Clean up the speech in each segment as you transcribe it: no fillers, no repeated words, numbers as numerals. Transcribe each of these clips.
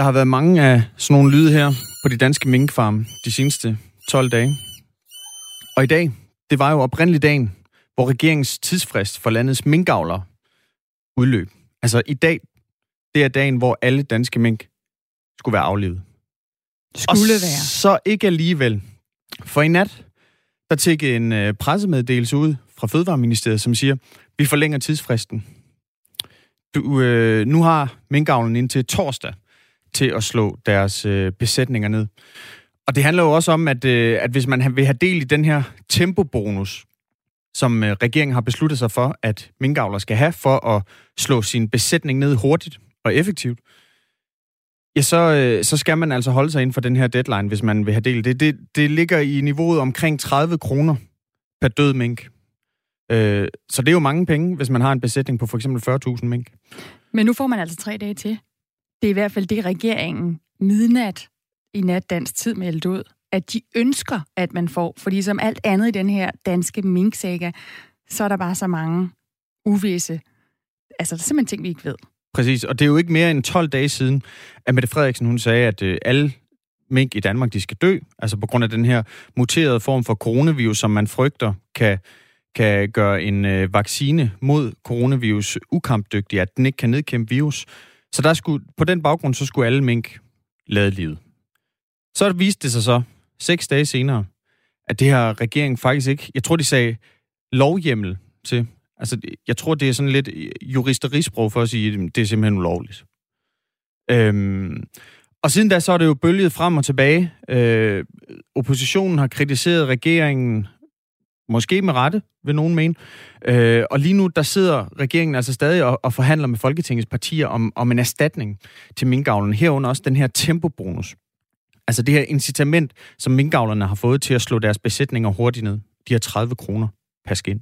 har været mange af sådan nogle lyde her på de danske minkfarme de seneste 12 dage. Og i dag, det var jo oprindeligt dagen, hvor regeringens tidsfrist for landets minkavlere udløb. Altså i dag, det er dagen, hvor alle danske mink skulle være aflivet. Skulle være. Så ikke alligevel. For i nat, der tikkede en pressemeddelelse ud fra Fødevareministeriet, som siger, vi forlænger tidsfristen. Nu har minkavlerne indtil torsdag til at slå deres besætninger ned. Og det handler jo også om, at hvis man vil have del i den her tempobonus, som regeringen har besluttet sig for, at minkavlere skal have for at slå sin besætning ned hurtigt og effektivt, ja, så skal man altså holde sig inden for den her deadline, hvis man vil have del i det. Det ligger i niveauet omkring 30 kroner per død mink. Så det er jo mange penge, hvis man har en besætning på for eksempel 40.000 mink. Men nu får man altså 3 dage til. Det er i hvert fald det, regeringen midnat i nat dansk tid meldte ud, at de ønsker, at man får. Fordi som alt andet i den her danske minksaga, så er der bare så mange uvisse. Altså, der er simpelthen ting, vi ikke ved. Præcis, og det er jo ikke mere end 12 dage siden, at Mette Frederiksen, hun sagde, at alle mink i Danmark, de skal dø. Altså på grund af den her muterede form for coronavirus, som man frygter kan gøre en vaccine mod coronavirus ukampdygtig, at den ikke kan nedkæmpe virus. Så på den baggrund, så skulle alle mink lade livet. Så viste det sig så 6 dage senere, at det her regering faktisk ikke, jeg tror, de sagde lovhjemmel til. Altså, jeg tror, det er sådan lidt juristerigsprog for at sige, at det er simpelthen ulovligt. Og siden da, så er det jo bølget frem og tilbage. Oppositionen har kritiseret regeringen, måske med rette, vil nogen mene. Og lige nu, der sidder regeringen altså stadig og forhandler med Folketingets partier om en erstatning til minkavlerne. Herunder også den her tempobonus. Altså det her incitament, som minkavlerne har fået til at slå deres besætninger hurtigt ned. De har 30 kroner per skin.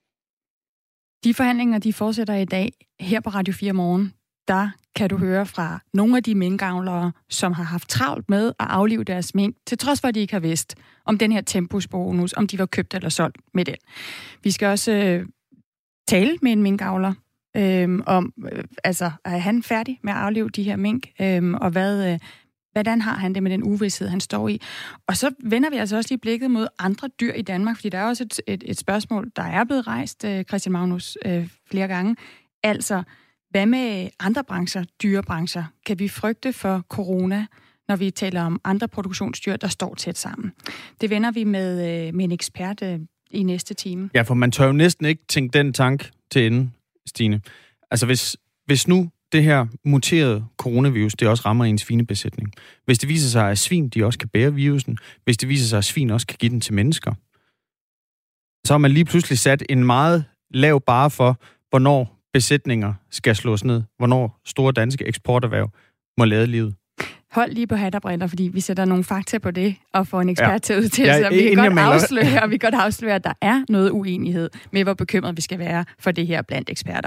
De forhandlinger, de fortsætter i dag her på Radio 4 Morgen. Der kan du høre fra nogle af de minkavlere, som har haft travlt med at aflive deres mink, til trods for, at de ikke har vidst om den her tempobonus, om de var købt eller solgt med den. Vi skal også tale med en minkavler om, er han færdig med at aflive de her mink, og hvordan har han det med den uvished, han står i? Og så vender vi altså også lige blikket mod andre dyr i Danmark, fordi der er også et spørgsmål, der er blevet rejst, Christian Magnus, flere gange. Altså, hvad med andre brancher, dyrebrancher? Kan vi frygte for corona, når vi taler om andre produktionsdyr, der står tæt sammen? Det vender vi med en ekspert i næste time. Ja, for man tør jo næsten ikke tænke den tanke til ende, Stine. Altså, hvis nu det her muterede coronavirus, det også rammer ens svinebesætning. Hvis det viser sig, at svin, de også kan bære virusen, hvis det viser sig, at svin også kan give den til mennesker, så har man lige pludselig sat en meget lav barre for, hvornår besætninger skal slås ned, hvornår store danske eksporterhverv må lade livet. Hold lige på hat og briller, fordi vi sætter nogle fakta på det, og får en ekspert til at udtale sig. Vi kan godt afsløre, at der er noget uenighed med, hvor bekymret vi skal være for det her blandt eksperter.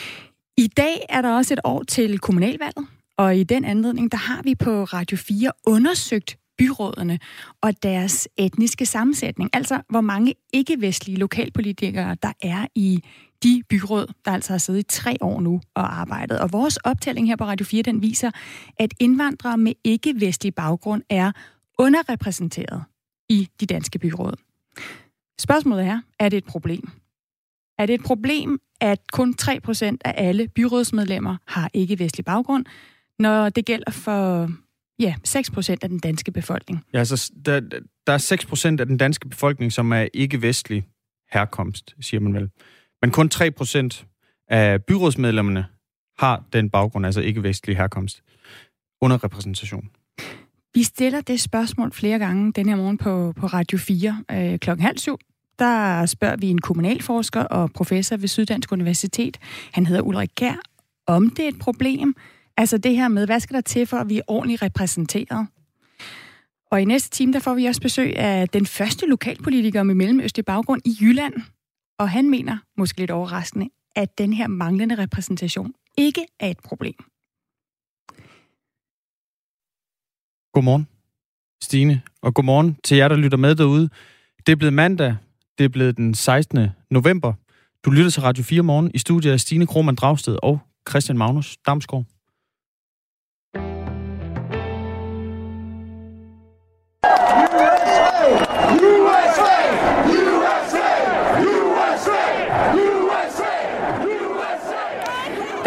I dag er der også et år til kommunalvalget, og i den anledning, der har vi på Radio 4 undersøgt byrådene og deres etniske sammensætning. Altså, hvor mange ikke-vestlige lokalpolitikere, der er i de byråd, der altså har siddet i 3 år nu og arbejdet. Og vores optælling her på Radio 4, den viser, at indvandrere med ikke-vestlig baggrund er underrepræsenteret i de danske byråd. Spørgsmålet er det et problem? Er det et problem, at kun 3% af alle byrådsmedlemmer har ikke-vestlig baggrund, når det gælder for 6% af den danske befolkning? Ja, altså der er 6% af den danske befolkning, som er ikke-vestlig herkomst, siger man vel. Men kun 3% af byrådsmedlemmerne har den baggrund, altså ikke-vestlig herkomst, underrepræsentation. Vi stiller det spørgsmål flere gange den her morgen på Radio 4 klokken 6:30. Der spørger vi en kommunalforsker og professor ved Syddansk Universitet. Han hedder Ulrik Kjær, om det er et problem. Altså det her med, hvad skal der til for, at vi er ordentligt repræsenteret? Og i næste time, der får vi også besøg af den første lokalpolitiker med mellemøstlig baggrund i Jylland. Og han mener, måske lidt overraskende, at den her manglende repræsentation ikke er et problem. Godmorgen, Stine, og godmorgen til jer, der lytter med derude. Det er blevet mandag, det er blevet den 16. november. Du lytter til Radio 4 Morgen i studiet af Stine Krohmann Dragsted og Christian Magnus Damsgaard.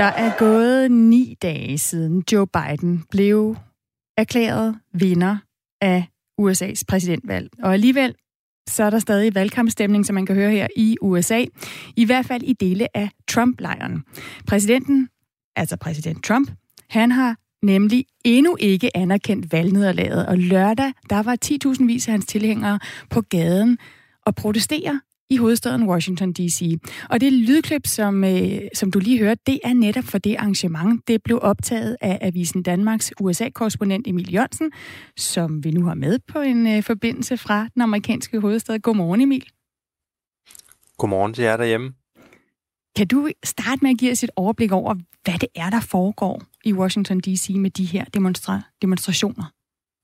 Der er gået 9 dage siden Joe Biden blev erklæret vinder af USA's præsidentvalg. Og alligevel så er der stadig valgkampstemning, som man kan høre her i USA. I hvert fald i dele af Trump-lejren. Præsidenten, altså præsident Trump, han har nemlig endnu ikke anerkendt valgnederlaget. Og lørdag, der var 10.000 vis af hans tilhængere på gaden og protesterer i hovedstaden Washington D.C. Og det lydklip, som du lige hørte, det er netop for det arrangement. Det blev optaget af Avisen Danmarks USA-korrespondent Emil Jørgensen, som vi nu har med på en forbindelse fra den amerikanske hovedstad. Godmorgen, Emil. Godmorgen til jer derhjemme. Kan du starte med at give os et overblik over, hvad det er, der foregår i Washington D.C. med de her demonstrationer?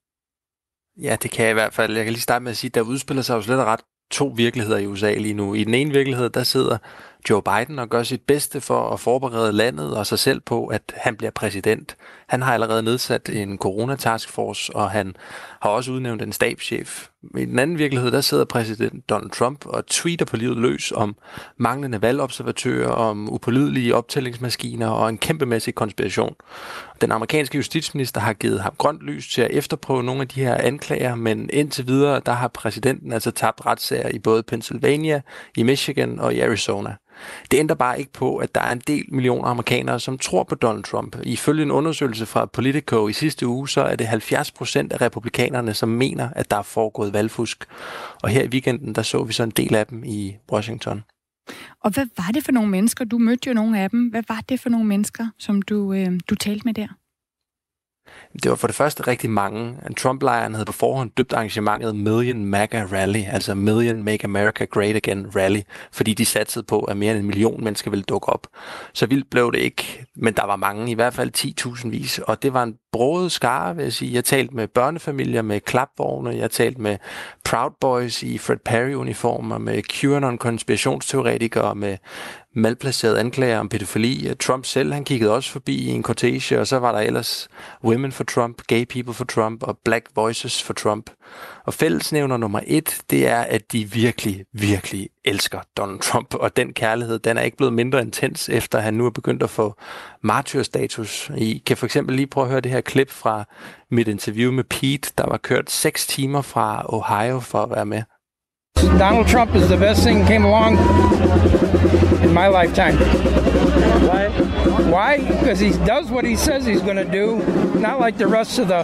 Ja, det kan jeg i hvert fald. Jeg kan lige starte med at sige, at der udspiller sig jo slet og ret 2 virkeligheder i USA lige nu. I den ene virkelighed, der sidder Joe Biden og gør sit bedste for at forberede landet og sig selv på, at han bliver præsident. Han har allerede nedsat en corona-taskforce, og han har også udnævnt en stabschef. I den anden virkelighed, der sidder præsident Donald Trump og tweeter på livet løs om manglende valgobservatører, om upålidelige optællingsmaskiner og en kæmpemæssig konspiration. Den amerikanske justitsminister har givet ham grønt lys til at efterprøve nogle af de her anklager, men indtil videre, der har præsidenten altså tabt retssager i både Pennsylvania, i Michigan og i Arizona. Det ændrer bare ikke på, at der er en del millioner amerikanere, som tror på Donald Trump. Ifølge en undersøgelse fra Politico i sidste uge, så er det 70% af republikanerne, som mener, at der er foregået valgfusk. Og her i weekenden, der så vi så en del af dem i Washington. Og hvad var det for nogle mennesker? Du mødte jo nogle af dem. Hvad var det for nogle mennesker, som du talte med der? Det var for det første rigtig mange. Trump-lejren havde på forhånd døbt arrangementet Million MAGA Rally, altså Million Make America Great Again Rally, fordi de satsede på, at mere end 1 million mennesker ville dukke op. Så vildt blev det ikke, men der var mange, i hvert fald 10.000 vis, og det var en broget skare, vil jeg sige. Jeg talte med børnefamilier med klapvogne, jeg talte med Proud Boys i Fred Perry-uniformer, med QAnon-konspirationsteoretikere, med malplacerede anklager om pædofili. Trump selv, han kiggede også forbi i en cortege, og så var der ellers Women for Trump, Gay People for Trump og Black Voices for Trump. Og fællesnævner nummer 1, det er, at de virkelig, virkelig elsker Donald Trump, og den kærlighed, den er ikke blevet mindre intens, efter han nu er begyndt at få martyrstatus. I kan for eksempel lige prøve at høre det her klip fra mit interview med Pete, der var kørt 6 timer fra Ohio for at være med. Donald Trump is the best thing that came along in my lifetime. Why? Why? Because he does what he says he's going to do, not like the rest of the,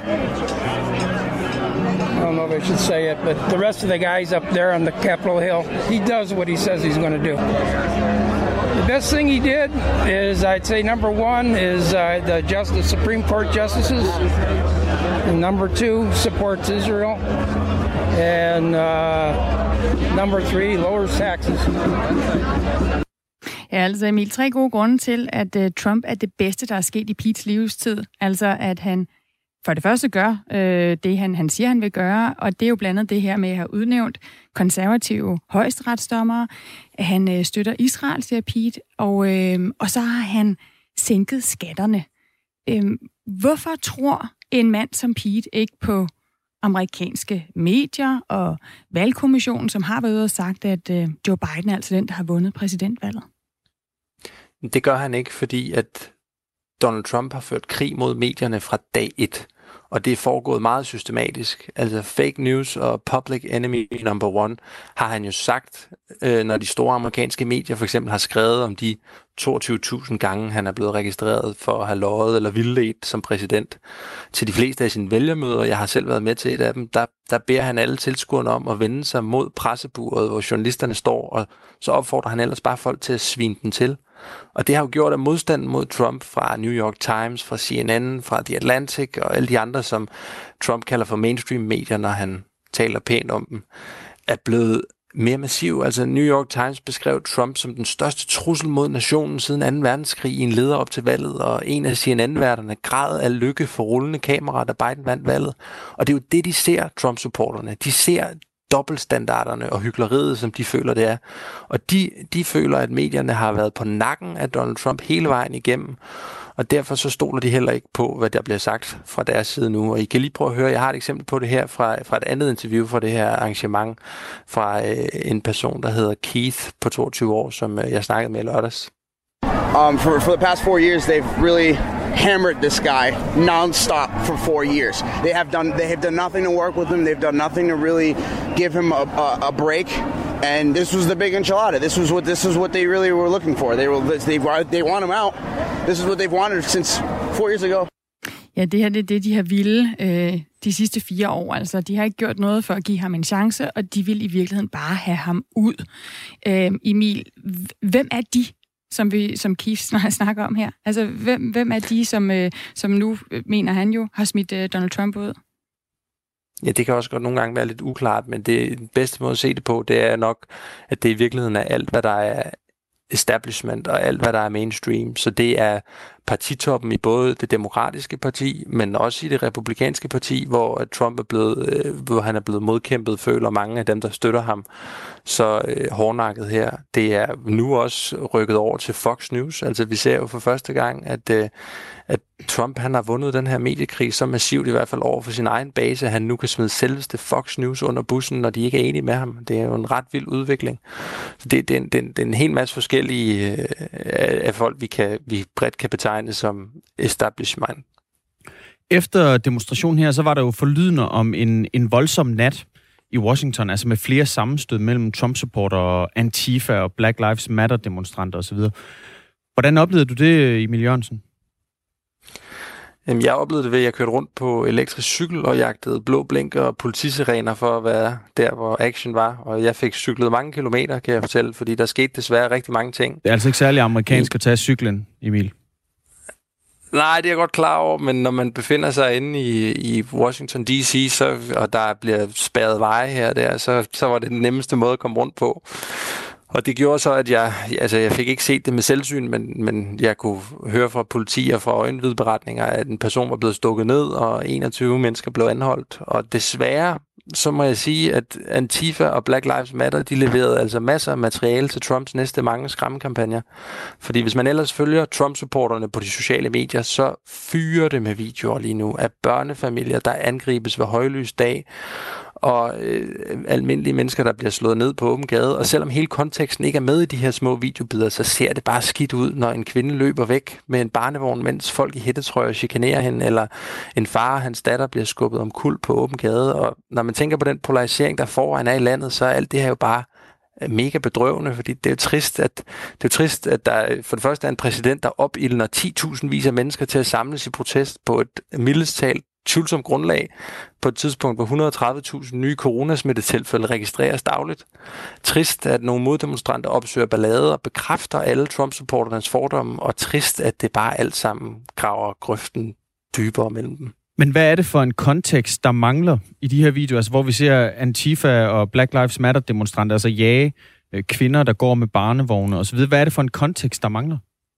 I don't know if I should say it, but the rest of the guys up there on the Capitol Hill. He does what he says he's going to do. The best thing he did is, I'd say number 1 is the Supreme Court justices, and number 2 supports Israel, and number 3 lowers taxes. Ja, altså Emil, 3 gode grunde til, at Trump er det bedste, der er sket i Petes livstid. Altså, at han for det første gør det, han siger, han vil gøre, og det er jo blandt andet det her med at have udnævnt konservative højesteretsdommere. Han støtter Israel, siger Pete, og så har han sænket skatterne. Hvorfor tror en mand som Pete ikke på amerikanske medier og valgkommissionen, som har været ude og sagt, at Joe Biden er altså den, der har vundet præsidentvalget? Det gør han ikke, fordi at Donald Trump har ført krig mod medierne fra dag 1. Og det er foregået meget systematisk. Altså fake news og public enemy number 1 har han jo sagt, når de store amerikanske medier for eksempel har skrevet om de 22.000 gange, han er blevet registreret for at have løjet eller vildledt som præsident. Til de fleste af sine vælgermøder, jeg har selv været med til et af dem, der beder han alle tilskuerne om at vende sig mod presseburet, hvor journalisterne står, og så opfordrer han ellers bare folk til at svine den til. Og det har jo gjort, at modstanden mod Trump fra New York Times, fra CNN, fra The Atlantic og alle de andre, som Trump kalder for mainstream-medier, når han taler pænt om dem, er blevet mere massiv. Altså New York Times beskrev Trump som den største trussel mod nationen siden 2. verdenskrig i en leder op til valget, og en af CNN-værterne græd af lykke for rullende kamera, da Biden vandt valget. Og det er jo det, de ser, Trump-supporterne. De ser dobbeltstandarderne og hykleriet, som de føler, det er. Og de føler, at medierne har været på nakken af Donald Trump hele vejen igennem. Og derfor så stoler de heller ikke på, hvad der bliver sagt fra deres side nu. Og I kan lige prøve at høre, jeg har et eksempel på det her fra et andet interview fra det her arrangement fra en person, der hedder Keith på 22 år, som jeg snakkede med i lørdags. For the past 4 years, they've really hammered this guy non-stop for 4 years. They have done nothing to work with him. They've done nothing to really give him a break. And this was the big enchilada. This was what they really were looking for. They want him out. This is what they've wanted since 4 years ago. Ja, det her det er det, de har ville de sidste 4 år. Altså, de har ikke gjort noget for at give ham en chance, og de vil i virkeligheden bare have ham ud. Emil, hvem er de, som Keith snakker om her? Altså, hvem er de, som nu, mener han jo, har smidt Donald Trump ud? Ja, det kan også godt nogle gange være lidt uklart, men den bedste måde at se det på, det er nok, at det i virkeligheden er alt, hvad der er establishment og alt, hvad der er mainstream. Så det er partitoppen i både det demokratiske parti, men også i det republikanske parti, hvor Trump hvor han er blevet modkæmpet, føler mange af dem, der støtter ham. Så hårdnakket her, det er nu også rykket over til Fox News. Altså vi ser jo for første gang, at Trump han har vundet den her mediekrig så massivt, i hvert fald over for sin egen base, at han nu kan smide selveste Fox News under bussen, når de ikke er enige med ham. Det er jo en ret vild udvikling. Så det er en hel masse forskellige af folk, vi bredt kan betegne som establishment. Efter demonstrationen her, så var der jo forlydende om en voldsom nat i Washington, altså med flere sammenstød mellem Trump-supportere og Antifa og Black Lives Matter-demonstranter osv. Hvordan oplevede du det, Emil Jørgensen? Jeg oplevede det ved, at jeg kørte rundt på elektrisk cykel og jagtede blå blinker og politisirener for at være der, hvor action var. Og jeg fik cyklet mange kilometer, kan jeg fortælle, fordi der skete desværre rigtig mange ting. Det er altså ikke særlig amerikansk at tage cyklen, Emil? Nej, det er jeg godt klar over, men når man befinder sig inde i Washington D.C., og der bliver spærret veje her og der, så var det den nemmeste måde at komme rundt på. Og det gjorde så, at jeg fik ikke set det med selvsyn, men jeg kunne høre fra politi og fra øjenvidneberetninger, at en person var blevet stukket ned, og 21 mennesker blev anholdt. Og desværre, så må jeg sige, at Antifa og Black Lives Matter, de leverede altså masser af materiale til Trumps næste mange skræmmekampagner. Fordi hvis man ellers følger Trump-supporterne på de sociale medier, så fyrer det med videoer lige nu af børnefamilier, der angribes ved højlys dag, og almindelige mennesker, der bliver slået ned på åben gade. Og selvom hele konteksten ikke er med i de her små videobilleder, så ser det bare skidt ud, når en kvinde løber væk med en barnevogn, mens folk i hættetrøjer chikanerer hende, eller en far og hans datter bliver skubbet omkuld på åben gade. Og når man tænker på den polarisering, der foran er i landet, så er alt det her jo bare mega bedrøvende, fordi det er jo trist, at der for det første er en præsident, der opildner 10.000 vis af mennesker til at samles i protest på et mildest talt tvivlsomt grundlag på et tidspunkt, hvor 130.000 nye coronasmittetilfælde registreres dagligt. Trist, at nogle moddemonstranter opsøger ballade og bekræfter alle Trump-supporternes fordomme, og trist, at det bare alt sammen graver grøften dybere mellem dem. Men hvad er det for en kontekst, der mangler i de her videoer, altså hvor vi ser Antifa og Black Lives Matter-demonstranter, altså jage kvinder, der går med barnevogne osv.? Hvad er det for en kontekst, der mangler?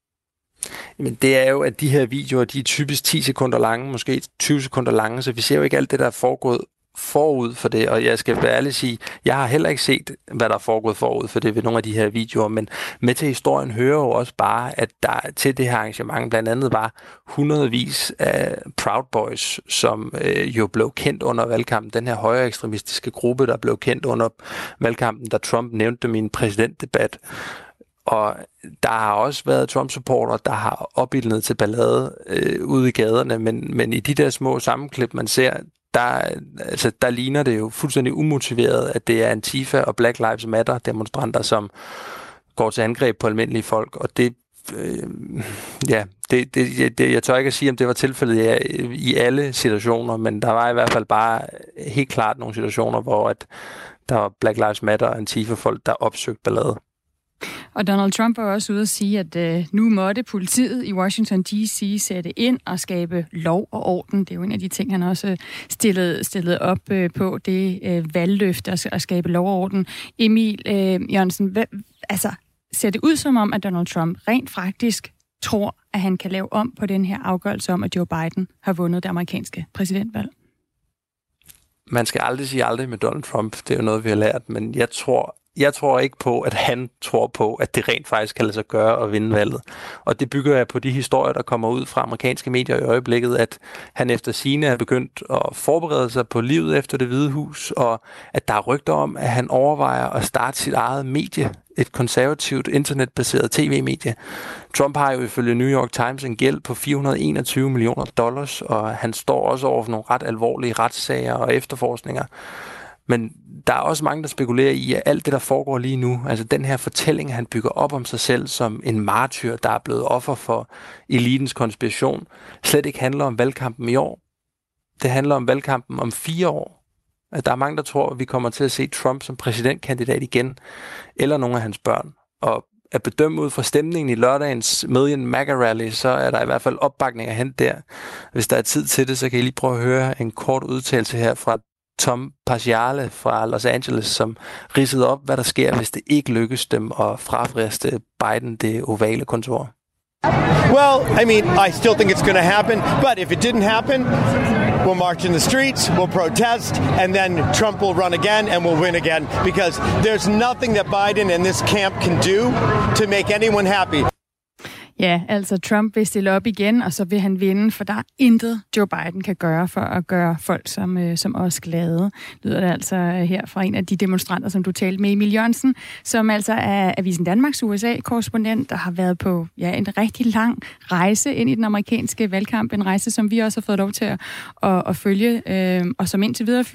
Men det er jo, at de her videoer, de er typisk 10 sekunder lange, måske 20 sekunder lange, så vi ser jo ikke alt det, der er foregået forud for det, og jeg skal være ærlig sige, jeg har heller ikke set, hvad der er foregået forud for det ved nogle af de her videoer, men med til historien hører jo også bare, at der til det her arrangement blandt andet var hundredvis af Proud Boys, som jo blev kendt under valgkampen, den her højre ekstremistiske gruppe, der blev kendt under valgkampen, da Trump nævnte dem i en præsidentdebat. Og der har også været Trump-supporter, der har opildnet til ballade ude i gaderne, men i de der små sammenklip, man ser, der ligner det jo fuldstændig umotiveret, at det er Antifa og Black Lives Matter demonstranter, som går til angreb på almindelige folk. Og det, jeg tør ikke at sige, om det var tilfældet i alle situationer, men der var i hvert fald bare helt klart nogle situationer, hvor at der var Black Lives Matter og Antifa-folk, der opsøgte ballade. Og Donald Trump var også ude at sige, at nu måtte politiet i Washington D.C. sætte ind og skabe lov og orden. Det er jo en af de ting, han også stillede op på, det valgløfte at skabe lov og orden. Emil Jørgensen, ser det ud som om, at Donald Trump rent faktisk tror, at han kan lave om på den her afgørelse om, at Joe Biden har vundet det amerikanske præsidentvalg? Man skal aldrig sige aldrig med Donald Trump. Det er jo noget, vi har lært, men jeg tror Jeg tror ikke på, at han tror på, at det rent faktisk kan lade sig gøre at vinde valget. Og det bygger jeg på de historier, der kommer ud fra amerikanske medier i øjeblikket, at han efter sigende er begyndt at forberede sig på livet efter Det Hvide Hus, og at der er rygter om, at han overvejer at starte sit eget medie, et konservativt internetbaseret tv-medie. Trump har jo ifølge New York Times en gæld på $421 millioner, og han står også over for nogle ret alvorlige retssager og efterforskninger. Men der er også mange, der spekulerer i, at alt det, der foregår lige nu, altså den her fortælling, han bygger op om sig selv som en martyr, der er blevet offer for elitens konspiration, slet ikke handler om valgkampen i år. Det handler om valgkampen om 4 år. Der er mange, der tror, at vi kommer til at se Trump som præsidentkandidat igen, eller nogle af hans børn. Og at bedømme ud fra stemningen i lørdagens Million MAGA Rally, så er der i hvert fald opbakning at hente der. Hvis der er tid til det, så kan I lige prøve at høre en kort udtalelse her fra Tom Parziale fra Los Angeles, som ridsede op, hvad der sker, hvis det ikke lykkes dem at frafriste Biden det ovale kontor. Well, I mean, I still think it's going to happen, but if it didn't happen, we'll march in the streets, we'll protest, and then Trump will run again and we'll win again, because there's nothing that Biden and this camp can do to make anyone happy. Ja, altså Trump vil stille op igen, og så vil han vinde, for der er intet Joe Biden kan gøre for at gøre folk som os glade. Lyder det altså her fra en af de demonstranter, som du talte med, Emil Jørgensen, som altså er Avisen Danmarks USA-korrespondent, der har været på en rigtig lang rejse ind i den amerikanske valgkamp. En rejse, som vi også har fået lov til at følge, og som indtil videre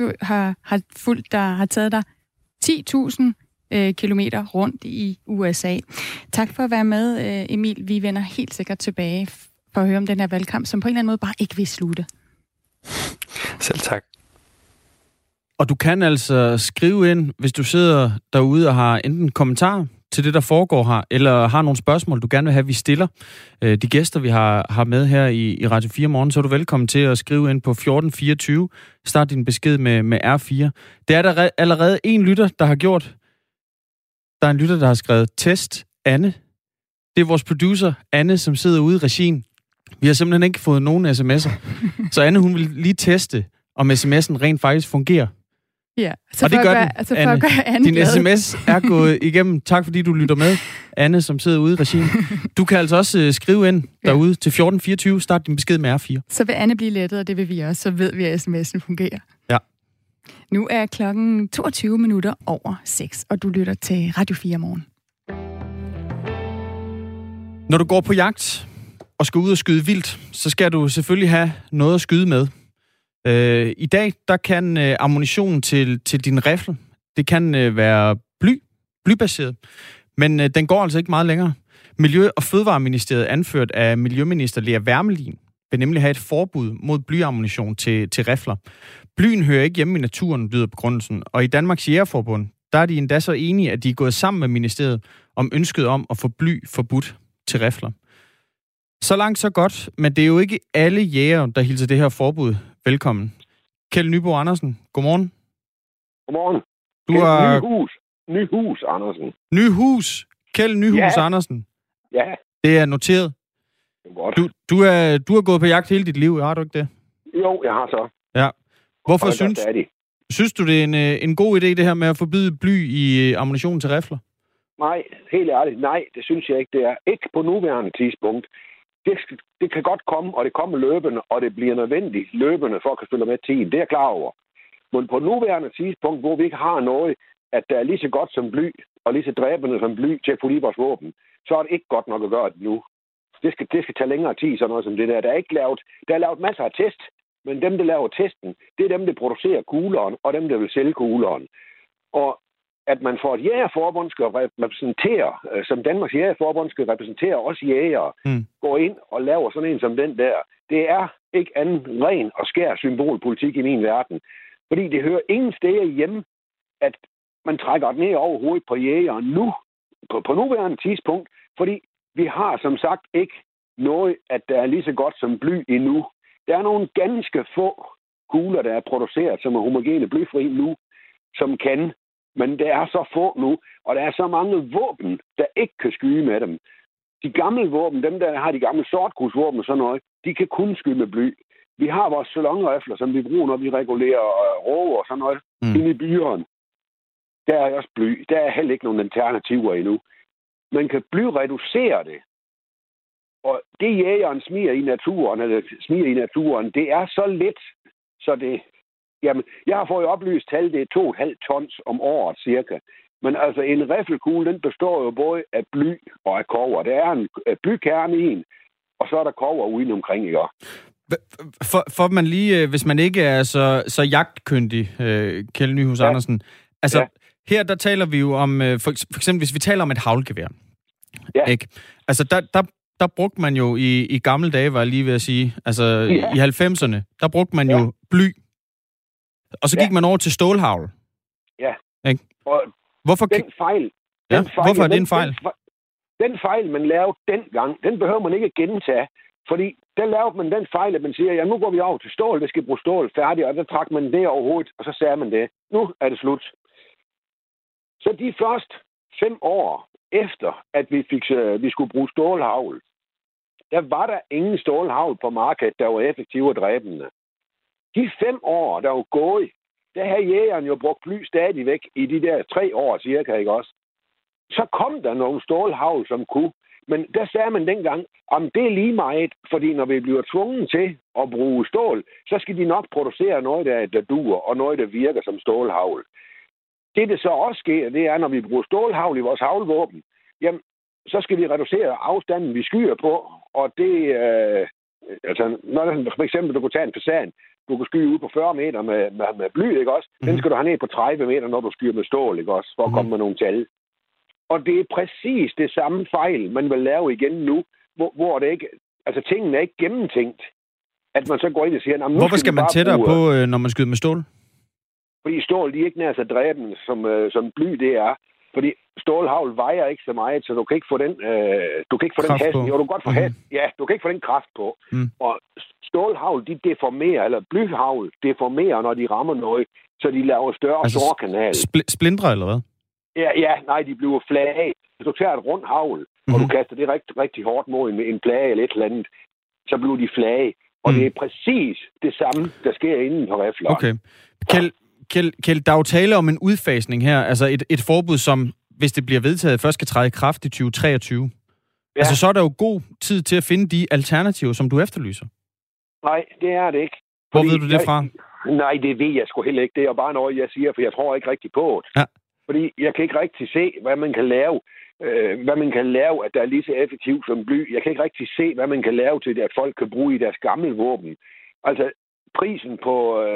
har taget dig 10.000 kilometer rundt i USA. Tak for at være med, Emil. Vi vender helt sikkert tilbage for at høre om den her valgkamp, som på en eller anden måde bare ikke vil slutte. Selv tak. Og du kan altså skrive ind, hvis du sidder derude og har enten kommentarer til det, der foregår her, eller har nogle spørgsmål, du gerne vil have, vi stiller. De gæster, vi har med her i Radio 4 morgen, så er du velkommen til at skrive ind på 1424. Start din besked med R4. Det er der allerede en lytter, der har gjort. Der er en lytter, der har skrevet test Anne. Det er vores producer, Anne, som sidder ude i regien. Vi har simpelthen ikke fået nogen sms'er. Så Anne, hun vil lige teste, om sms'en rent faktisk fungerer. Ja, så og det gør den, Anne. Din sms er gået igennem. Tak fordi du lytter med, Anne, som sidder ude i regien. Du kan altså også skrive ind derude til 1424. Start din besked med R4. Så vil Anne blive lettet, og det vil vi også. Så ved vi, at sms'en fungerer. Ja. Nu er klokken 22 minutter over 6, og du lytter til Radio 4 morgen. Når du går på jagt og skal ud og skyde vildt, så skal du selvfølgelig have noget at skyde med. I dag, der kan ammunition til din riffel, det kan være blybaseret, men den går altså ikke meget længere. Miljø- og Fødevareministeriet, anført af Miljøminister Lea Wermelin, vil nemlig have et forbud mod blyammunition til rifler. Blyen hører ikke hjemme i naturen, lyder begrundelsen, og i Danmarks Jægerforbund, der er de endda så enige, at de er gået sammen med ministeriet om ønsket om at få bly forbudt til rifler. Så langt, så godt, men det er jo ikke alle jæger, der hilser det her forbud velkommen. Kjeld Nybo Andersen, godmorgen. Godmorgen. Du er... Nyhus Andersen. Nyhus. Kjeld Nyhus Andersen. Ja. Det er noteret. Det er godt. Du har gået på jagt hele dit liv, har du ikke det? Jo, jeg har så. Ja. Hvorfor synes du, det er en god idé, det her med at forbyde bly i ammunition til rifler? Nej, helt ærligt, nej, det synes jeg ikke, det er. Ikke på nuværende tidspunkt. Det kan godt komme, og det kommer løbende, og det bliver nødvendigt løbende for at kunne følge med tiden. Det er jeg klar over. Men på nuværende tidspunkt, hvor vi ikke har noget, at der er lige så godt som bly, og lige så dræbende som bly til at få lige vores våben, så er det ikke godt nok at gøre det nu. Det skal tage længere tid, sådan noget som det der. Der er lavet masser af test, men dem, der laver testen, det er dem, der producerer kuglerne, og dem, der vil sælge kuglerne. Og at man for et jægerforbund skal repræsentere, som Danmarks Jægerforbund skal repræsentere os jægere, går ind og laver sådan en som den der, det er ikke anden ren og skær symbolpolitik i min verden. Fordi det hører ingen steder hjemme, at man trækker det ned over hovedet på jægere nu, på nuværende tidspunkt, fordi vi har som sagt ikke noget, at der er lige så godt som bly endnu. Der er nogle ganske få kugler, der er produceret som er homogene blyfri nu, som kan. Men der er så få nu, og der er så mange våben, der ikke kan skyde med dem. De gamle våben, dem der har de gamle sortkursvåben og sådan noget, de kan kun skyde med bly. Vi har vores salonrifler, som vi bruger, når vi regulerer råger og sådan noget, inde i byerne. der er også bly. Der er heller ikke nogen alternativer endnu. Man kan blyreducere det. Og det jægeren smiger i naturen, det er så let, så det... Jamen, jeg har fået oplyst tal, det er 2,5 tons om året cirka. Men altså, en riffelkugle, den består jo både af bly og af kobber. Der er en blykerne i en, og så er der kobber uden omkring, ikke? For man lige, hvis man ikke er så jagtkyndig, Kjeld Nyhus Andersen, altså, her der taler vi jo om, for eksempel hvis vi taler om et haglgevær, ikke? Altså, der brugte man jo i gamle dage, var jeg lige ved at sige, altså i 90'erne, der brugte man jo bly. Og så gik man over til stålhagl. Ja. Ikke? Og hvorfor hvorfor er det en fejl? Den fejl, man lavede dengang, den behøver man ikke gentage. Fordi der lavede man den fejl, at man siger, ja, nu går vi over til stål, det skal bruge stål færdigt, og der trak man det overhovedet, og så sagde man det. Nu er det slut. Så de første 5 år efter, at vi skulle bruge stålhagl, der var der ingen stålhagl på markedet, der var effektiv og dræbende. De 5 år, der var gået, der havde jægeren jo brugt bly stadigvæk i de der 3 år cirka, ikke også? Så kom der nogle stålhagl, som kunne. Men der sagde man dengang, om det er lige meget, fordi når vi bliver tvunget til at bruge stål, så skal de nok producere noget, der duer, og noget, der virker som stålhagl. Det så også sker, det er, når vi bruger stålhagl i vores haglvåben, jamen, så skal vi reducere afstanden, vi skyder på, og det... altså, når for eksempel, du kunne tage en fasan, du kan skyde ud på 40 meter med bly, ikke også? Den skal du have ned på 30 meter, når du skyder med stål, ikke også? For at komme med nogle tal. Og det er præcis det samme fejl, man vil lave igen nu, hvor det ikke... Altså, tingene er ikke gennemtænkt. At man så går ind og siger... Hvorfor skal man tættere på, når man skyder med stål? Fordi stål, de er ikke nær så dræbende, som bly det er. Fordi stålhagl vejer ikke så meget, så du kan ikke få den, hasten. Jo, du kan godt få du kan ikke få den kraft på. Og stålhagl, de deformerer, eller blyhagl deformerer, når de rammer noget, så de laver større sårkanal. Splindre, eller hvad? Nej, de bliver flage. Hvis du tager et rundt hagl, og du kaster det rigtig, rigtig hårdt mod en plage eller et eller andet, så bliver de flage. Og det er præcis det samme, der sker inden på rifler. Okay. Kjeld, der er jo tale om en udfasning her, altså et forbud, som, hvis det bliver vedtaget, først skal træde i kraft i 2023. Ja. Altså, så er der jo god tid til at finde de alternativer, som du efterlyser. Nej, det er det ikke. Hvor ved du det fra? Nej, det ved jeg sgu heller ikke. Det er bare noget, jeg siger, for jeg tror ikke rigtig på det. Ja. Fordi jeg kan ikke rigtig se, hvad man kan lave, at der er lige så effektivt som bly. Jeg kan ikke rigtig se, hvad man kan lave til det, at folk kan bruge i deres gamle våben. Altså, prisen på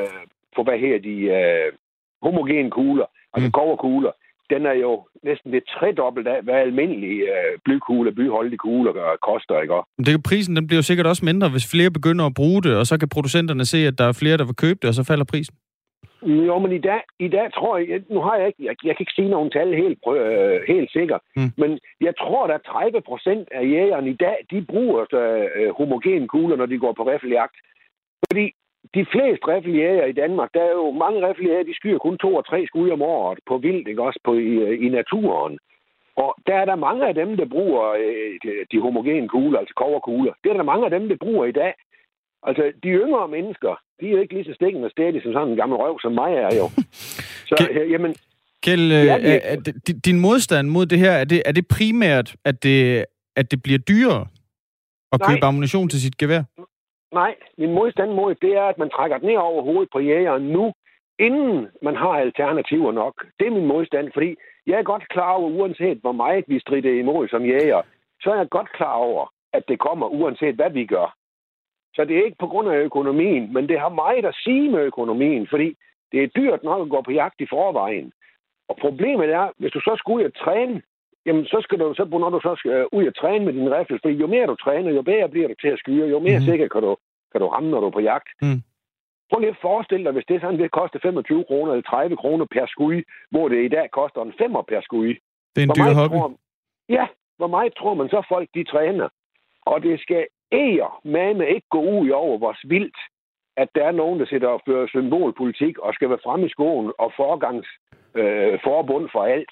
homogene kugler, altså kobberkugler, den er jo næsten det 3-dobbelt af, hvad almindelige blyholdige kugler koster, ikke? Prisen, den bliver jo sikkert også mindre, hvis flere begynder at bruge det, og så kan producenterne se, at der er flere, der vil købe det, og så falder prisen. Jo, men i dag tror jeg, nu har jeg ikke, jeg kan ikke sige nogen tal helt sikkert, men jeg tror, der er 30% af jægerne i dag, de bruger homogene kugler, når de går på riffeljagt. Fordi de fleste riffeljæger i Danmark, der er jo mange riffeljæger, de skyder kun 2 og 3 skud om året på vildt, ikke også, i naturen. Og der er der mange af dem, der bruger de homogene kugler, altså kobberkugler. Det er der mange af dem, der bruger i dag. Altså, de yngre mennesker, de er jo ikke lige så stikkende stædige som sådan en gammel røv, som mig er jo. Så, jamen... Kjeld, din modstand mod det her, er det primært, at det bliver dyrere at købe ammunition til sit gevær? Nej, min modstand mod det er, at man trækker det ned over hovedet på jægeren nu, inden man har alternativer nok. Det er min modstand, fordi jeg er godt klar over, uanset hvor meget vi strider imod som jæger, så er jeg godt klar over, at det kommer uanset hvad vi gør. Så det er ikke på grund af økonomien, men det har meget at sige med økonomien, fordi det er dyrt nok at gå på jagt i forvejen. Og problemet er, hvis du så skal ud og træne, jamen så skal du, når du så skal ud og træne med din riffel, fordi jo mere du træner, jo bedre bliver du til at skyde, jo mere sikker kan du ramme, når du er på jagt. Prøv lige at forestille dig, hvis det sådan vil koste 25 kroner eller 30 kroner per skud, hvor det i dag koster en 5 per skud. Det er en dyr hobby. Hvor meget tror man så folk, de træner? Og det skal med ikke gå ud over vores vildt, at der er nogen, der sidder og fører symbolpolitik og skal være fremme i skoen og forbund for alt.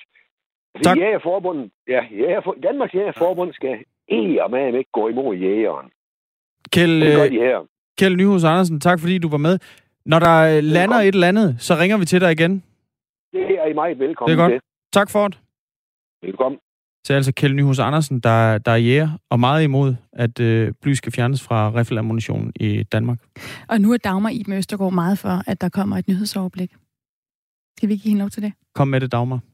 Danmarks Jægerforbund skal med ikke gå imod jægeren. Kjeld Nyhus Andersen, tak fordi du var med. Når der lander et eller andet, så ringer vi til dig igen. Det er I meget velkommen til. Det er til. godt. Tak for det. Velkommen. Så altså Kjeld Nyhus Andersen, der er jæger og meget imod, at bly skal fjernes fra riffelammunition i Danmark. Og nu er Dagmar Iben Østergaard meget for, at der kommer et nyhedsoverblik. Skal vi give hende lov til det? Kom med det, Dagmar.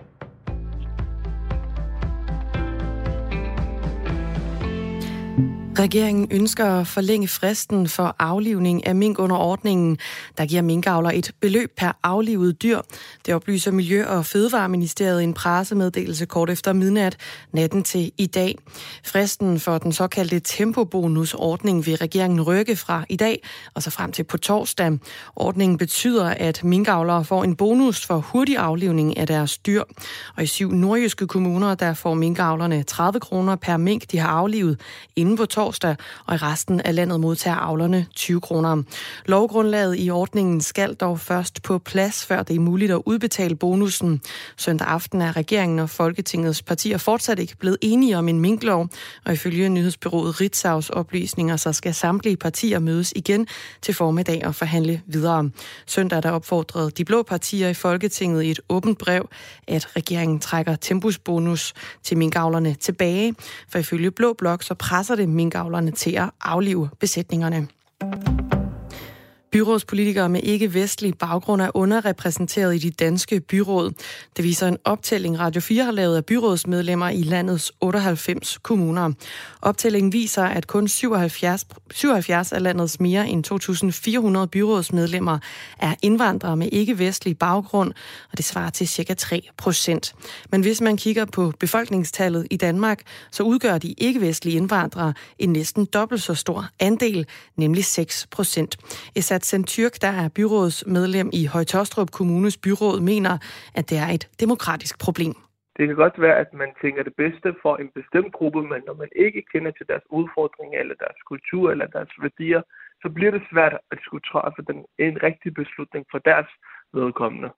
Regeringen ønsker at forlænge fristen for aflivning af mink under ordningen, der giver minkavler et beløb per aflivet dyr. Det oplyser Miljø- og Fødevareministeriet i en pressemeddelelse kort efter midnat natten til i dag. Fristen for den såkaldte tempobonusordning vil regeringen rykke fra i dag og så frem til på torsdag. Ordningen betyder, at minkavlere får en bonus for hurtig aflivning af deres dyr. Og i 7 nordjyske kommuner, der får minkavlerne 30 kroner per mink, de har aflivet inden på torsdag, og i resten af landet modtager avlerne 20 kroner. Lovgrundlaget i ordningen skal dog først på plads, før det er muligt at udbetale bonusen. Søndag aften er regeringen og Folketingets partier fortsat ikke blevet enige om en minklov, og ifølge nyhedsbureauet Ritzaus oplysninger, så skal samtlige partier mødes igen til formiddag og forhandle videre. Søndag der opfordrede de blå partier i Folketinget i et åbent brev, at regeringen trækker tempusbonus til minkavlerne tilbage, for ifølge Blå Blok så presser det minkavlerne til at aflive besætningerne. Byrådspolitikere med ikke-vestlig baggrund er underrepræsenteret i de danske byråd. Det viser en optælling, Radio 4 har lavet af byrådsmedlemmer i landets 98 kommuner. Optællingen viser, at kun 77 af landets mere end 2.400 byrådsmedlemmer er indvandrere med ikke-vestlig baggrund, og det svarer til ca. 3%. Men hvis man kigger på befolkningstallet i Danmark, så udgør de ikke-vestlige indvandrere en næsten dobbelt så stor andel, nemlig 6%. Esat Sentürk, der er byrådsmedlem i Høje-Taastrup Kommunes byråd, mener, at det er et demokratisk problem. Det kan godt være, at man tænker det bedste for en bestemt gruppe, men når man ikke kender til deres udfordringer, eller deres kultur, eller deres værdier, så bliver det svært at skulle træffe en rigtig beslutning for deres vedkommende.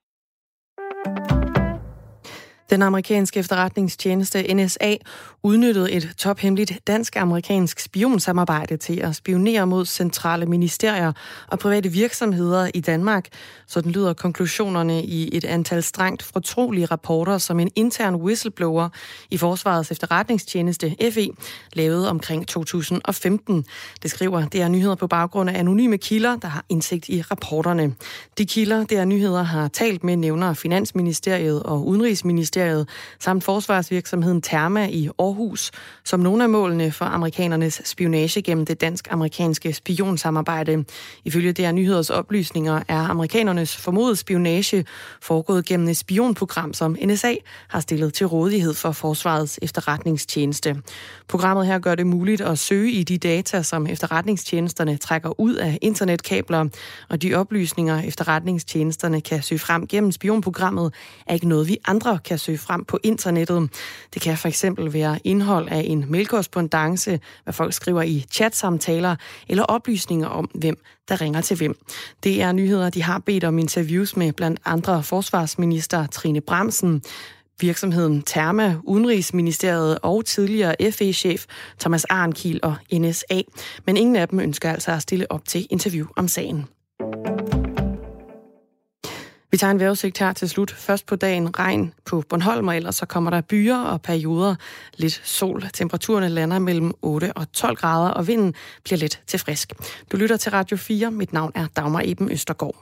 Den amerikanske efterretningstjeneste NSA udnyttede et tophemmeligt dansk-amerikansk spionsamarbejde til at spionere mod centrale ministerier og private virksomheder i Danmark. Sådan lyder konklusionerne i et antal strengt fortrolige rapporter, som en intern whistleblower i Forsvarets efterretningstjeneste FE lavede omkring 2015. Det skriver DR Nyheder på baggrund af anonyme kilder, der har indsigt i rapporterne. De kilder, DR Nyheder har talt med, nævner Finansministeriet og Udenrigsministeriet samt forsvarsvirksomheden Therma i Aarhus, som nogle af målene for amerikanernes spionage gennem det dansk-amerikanske spionsamarbejde. Ifølge DR Nyheders oplysninger er amerikanernes formodede spionage foregået gennem et spionprogram, som NSA har stillet til rådighed for Forsvarets efterretningstjeneste. Programmet her gør det muligt at søge i de data, som efterretningstjenesterne trækker ud af internetkabler, og de oplysninger, efterretningstjenesterne kan søge frem gennem spionprogrammet, er ikke noget, vi andre kan søge frem på internettet. Det kan for eksempel være indhold af en mailkorrespondance, hvad folk skriver i chatsamtaler, eller oplysninger om, hvem der ringer til hvem. Det er nyheder, de har bedt om interviews med blandt andre forsvarsminister Trine Bramsen, virksomheden Therma, Udenrigsministeriet og tidligere FE-chef Thomas Arnkiel og NSA. Men ingen af dem ønsker altså at stille op til interview om sagen. Vi tager en vejrudsigt her til slut. Først på dagen regn på Bornholm, og ellers så kommer der byer og perioder. Lidt sol. Temperaturerne lander mellem 8 og 12 grader, og vinden bliver let til frisk. Du lytter til Radio 4. Mit navn er Dagmar Iben Østergaard.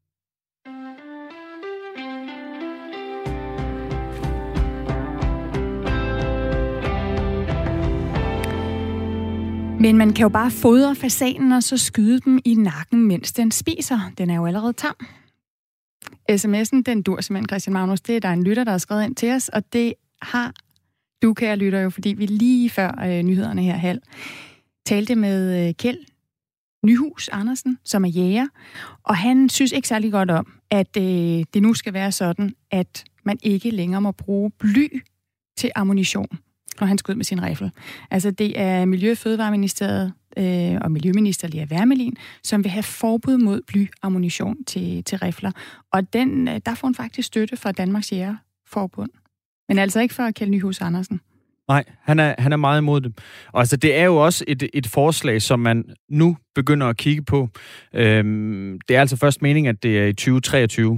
Men man kan jo bare fodre fasanen og så skyde dem i nakken, mens den spiser. Den er jo allerede tam. SMS'en, den dur simpelthen, Christian Magnus. Det er der en lytter, der har skrevet ind til os, og det har du, kære lytter, jo, fordi vi lige før nyhederne her talte med Kjeld Nyhus Andersen, som er jæger, og han synes ikke særlig godt om, at det nu skal være sådan, at man ikke længere må bruge bly til ammunition, når han skal ud med sin riffel. Altså, det er Miljø- og Fødevareministeriet og Miljøminister Lea Wermelin, som vil have forbud mod blyammunition til rifler. Og der får hun faktisk støtte fra Danmarks Jægerforbund. Men altså ikke fra Kjeld Nyhus Andersen. Nej, han er meget imod det. Og altså, det er jo også et forslag, som man nu begynder at kigge på. Det er altså først meningen, at det er i 2023,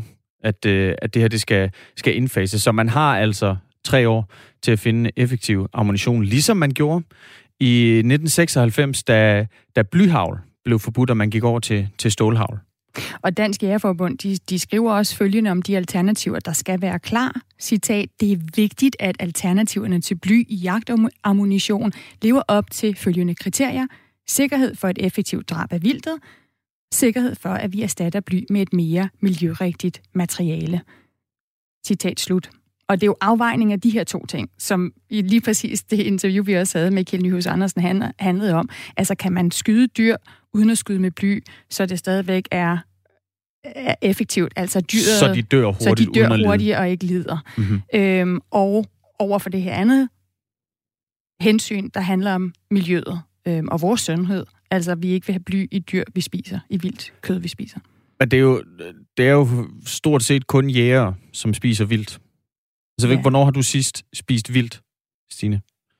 at det her det skal indfases. Så man har altså 3 år til at finde effektiv ammunition, ligesom man gjorde i 1996, da blyhagl blev forbudt, og man gik over til stålhagl. Og Dansk Jægerforbund, de skriver også følgende om de alternativer, der skal være klar. Citat, det er vigtigt, at alternativerne til bly i jagtammunition lever op til følgende kriterier. Sikkerhed for et effektivt drab af vildtet. Sikkerhed for, at vi erstatter bly med et mere miljørigtigt materiale. Citat slut. Og det er jo afvejning af de her 2 ting, som i lige præcis det interview, vi også havde med Kjeld Nyhus Andersen, handlede om. Altså, kan man skyde dyr uden at skyde med bly, så det stadigvæk er effektivt. Altså dyret, så de dør hurtigt, og ikke lider. Mm-hmm. Og over for det her andet hensyn, der handler om miljøet og vores sundhed. Altså, vi ikke vil have bly i dyr, vi spiser, i vildt kød, vi spiser. Men det er jo stort set kun jægere, som spiser vildt. Altså, hvornår har du sidst spist vildt, Stine?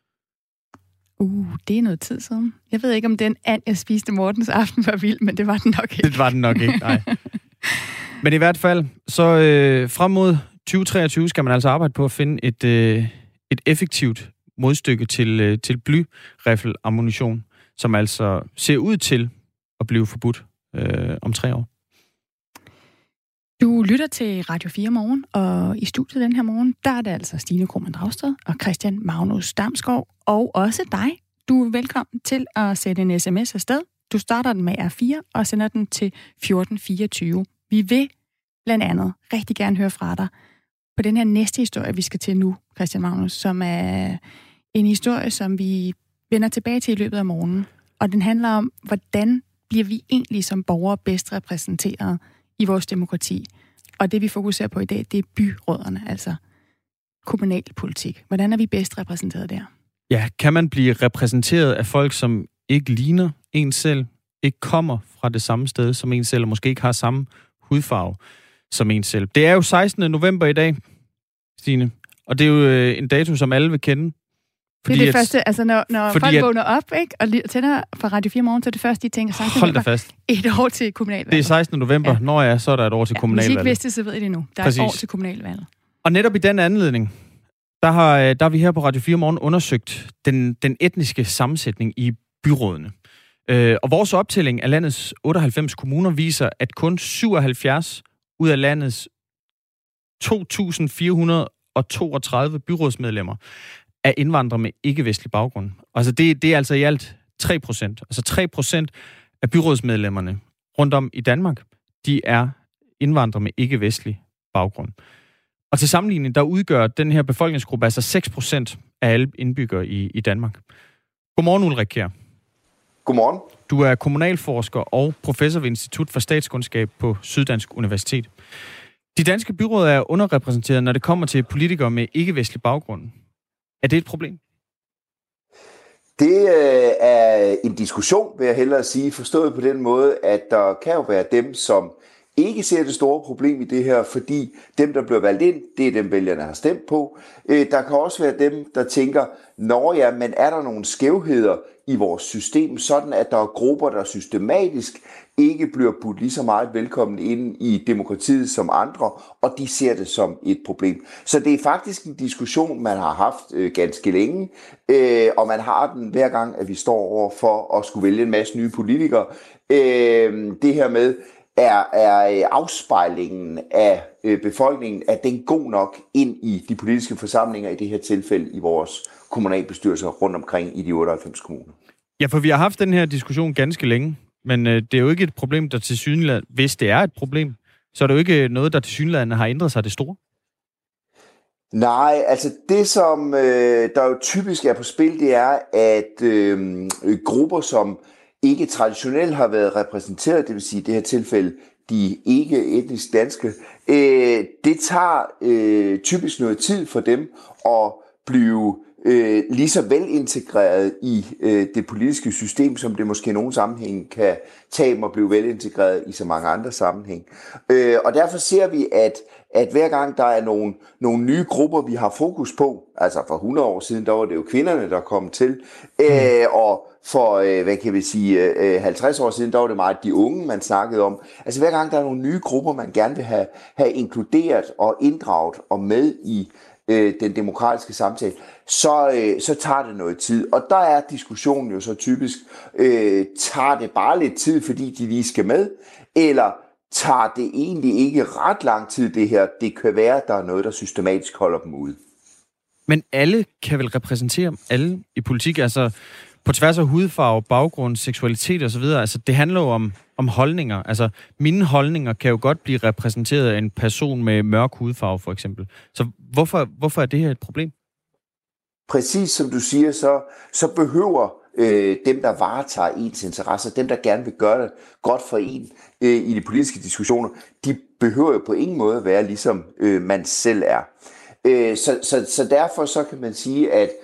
Det er noget tid siden. Jeg ved ikke, om den and, jeg spiste Mortens aften, var vild, men det var den nok ikke. Det var den nok ikke, nej. Men i hvert fald, så frem mod 2023 skal man altså arbejde på at finde et effektivt modstykke til blyriffelammunition, som altså ser ud til at blive forbudt om 3 år. Du lytter til Radio 4 Morgen, og i studiet den her morgen, der er det altså Stine Krohmann Dragsted og Christian Magnus Damsgaard, og også dig. Du er velkommen til at sætte en sms afsted. Du starter den med R4 og sender den til 1424. Vi vil blandt andet rigtig gerne høre fra dig på den her næste historie, vi skal til nu, Christian Magnus, som er en historie, som vi vender tilbage til i løbet af morgenen. Og den handler om, hvordan bliver vi egentlig som borgere bedst repræsenteret i vores demokrati. Og det, vi fokuserer på i dag, det er byråderne, altså kommunalpolitik. Hvordan er vi bedst repræsenteret der? Ja, kan man blive repræsenteret af folk, som ikke ligner en selv, ikke kommer fra det samme sted som en selv, og måske ikke har samme hudfarve som en selv? Det er jo 16. november i dag, Stine, og det er jo en dato, som alle vil kende. Fordi det er det første, altså når folk vågner op, ikke, og tænder fra Radio 4 Morgen, så er det første, de tænker, 16. Hold da fast. Et år til kommunalvalget. Det er 16. november. Ja. Når så er der et år til kommunalvalget. Hvis I ikke vidste, så ved I det nu. Der er et år til kommunalvalget. Og netop i den anledning, der har vi her på Radio 4 Morgen undersøgt den etniske sammensætning i byrådene. Og vores optælling af landets 98 kommuner viser, at kun 77 ud af landets 2.432 byrådsmedlemmer er indvandrere med ikke-vestlig baggrund. Altså det er altså i alt 3%. Altså 3% af byrådsmedlemmerne rundt om i Danmark, de er indvandrere med ikke-vestlig baggrund. Og til sammenligning, der udgør den her befolkningsgruppe altså 6% af alle indbyggere i Danmark. Godmorgen, Ulrik Kjær. Godmorgen. Du er kommunalforsker og professor ved Institut for Statskundskab på Syddansk Universitet. De danske byråd er underrepræsenteret, når det kommer til politikere med ikke-vestlig baggrund. Er det et problem? Det er en diskussion, vil jeg hellere sige, forstået på den måde, at der kan jo være dem, som ikke ser det store problem i det her, fordi dem, der bliver valgt ind, det er dem, vælgerne har stemt på. Der kan også være dem, der tænker, men er der nogle skævheder i vores system, sådan at der er grupper, der systematisk ikke bliver budt lige så meget velkommen ind i demokratiet som andre, og de ser det som et problem. Så det er faktisk en diskussion, man har haft ganske længe, og man har den hver gang, at vi står over for at skulle vælge en masse nye politikere. Det her med, er afspejlingen af befolkningen, er den god nok ind i de politiske forsamlinger, i det her tilfælde i vores kommunalbestyrelser rundt omkring i de 98 kommuner? Ja, for vi har haft den her diskussion ganske længe, men det er jo ikke et problem, der tilsyneladende, hvis det er et problem, så er det jo ikke noget, der tilsyneladende har ændret sig det store. Nej, altså det, som der jo typisk er på spil, det er, at grupper, som ikke traditionelt har været repræsenteret, det vil sige i det her tilfælde de ikke etnisk danske, det tager typisk noget tid for dem at blive lige så velintegreret i det politiske system, som det måske i nogle sammenhæng kan tage med at blive velintegreret i så mange andre sammenhæng. Og derfor ser vi, at hver gang der er nogle nye grupper, vi har fokus på, altså for 100 år siden, der var det jo kvinderne, der kom til, og for, 50 år siden, der var det meget de unge, man snakkede om. Altså hver gang der er nogle nye grupper, man gerne vil have inkluderet og inddraget og med i den demokratiske samtale, så tager det noget tid. Og der er diskussionen jo så typisk, tager det bare lidt tid, fordi de lige skal med, eller tager det egentlig ikke ret lang tid det her? Det kan være, at der er noget, der systematisk holder dem ude. Men alle kan vel repræsentere alle i politik, altså på tværs af hudfarve, baggrund, seksualitet osv. Altså det handler jo om holdninger. Altså mine holdninger kan jo godt blive repræsenteret af en person med mørk hudfarve for eksempel. Så hvorfor er det her et problem? Præcis som du siger, så behøver dem, der varetager ens interesser, dem, der gerne vil gøre det godt for en i de politiske diskussioner, de behøver jo på ingen måde være ligesom man selv er. Så derfor så kan man sige, at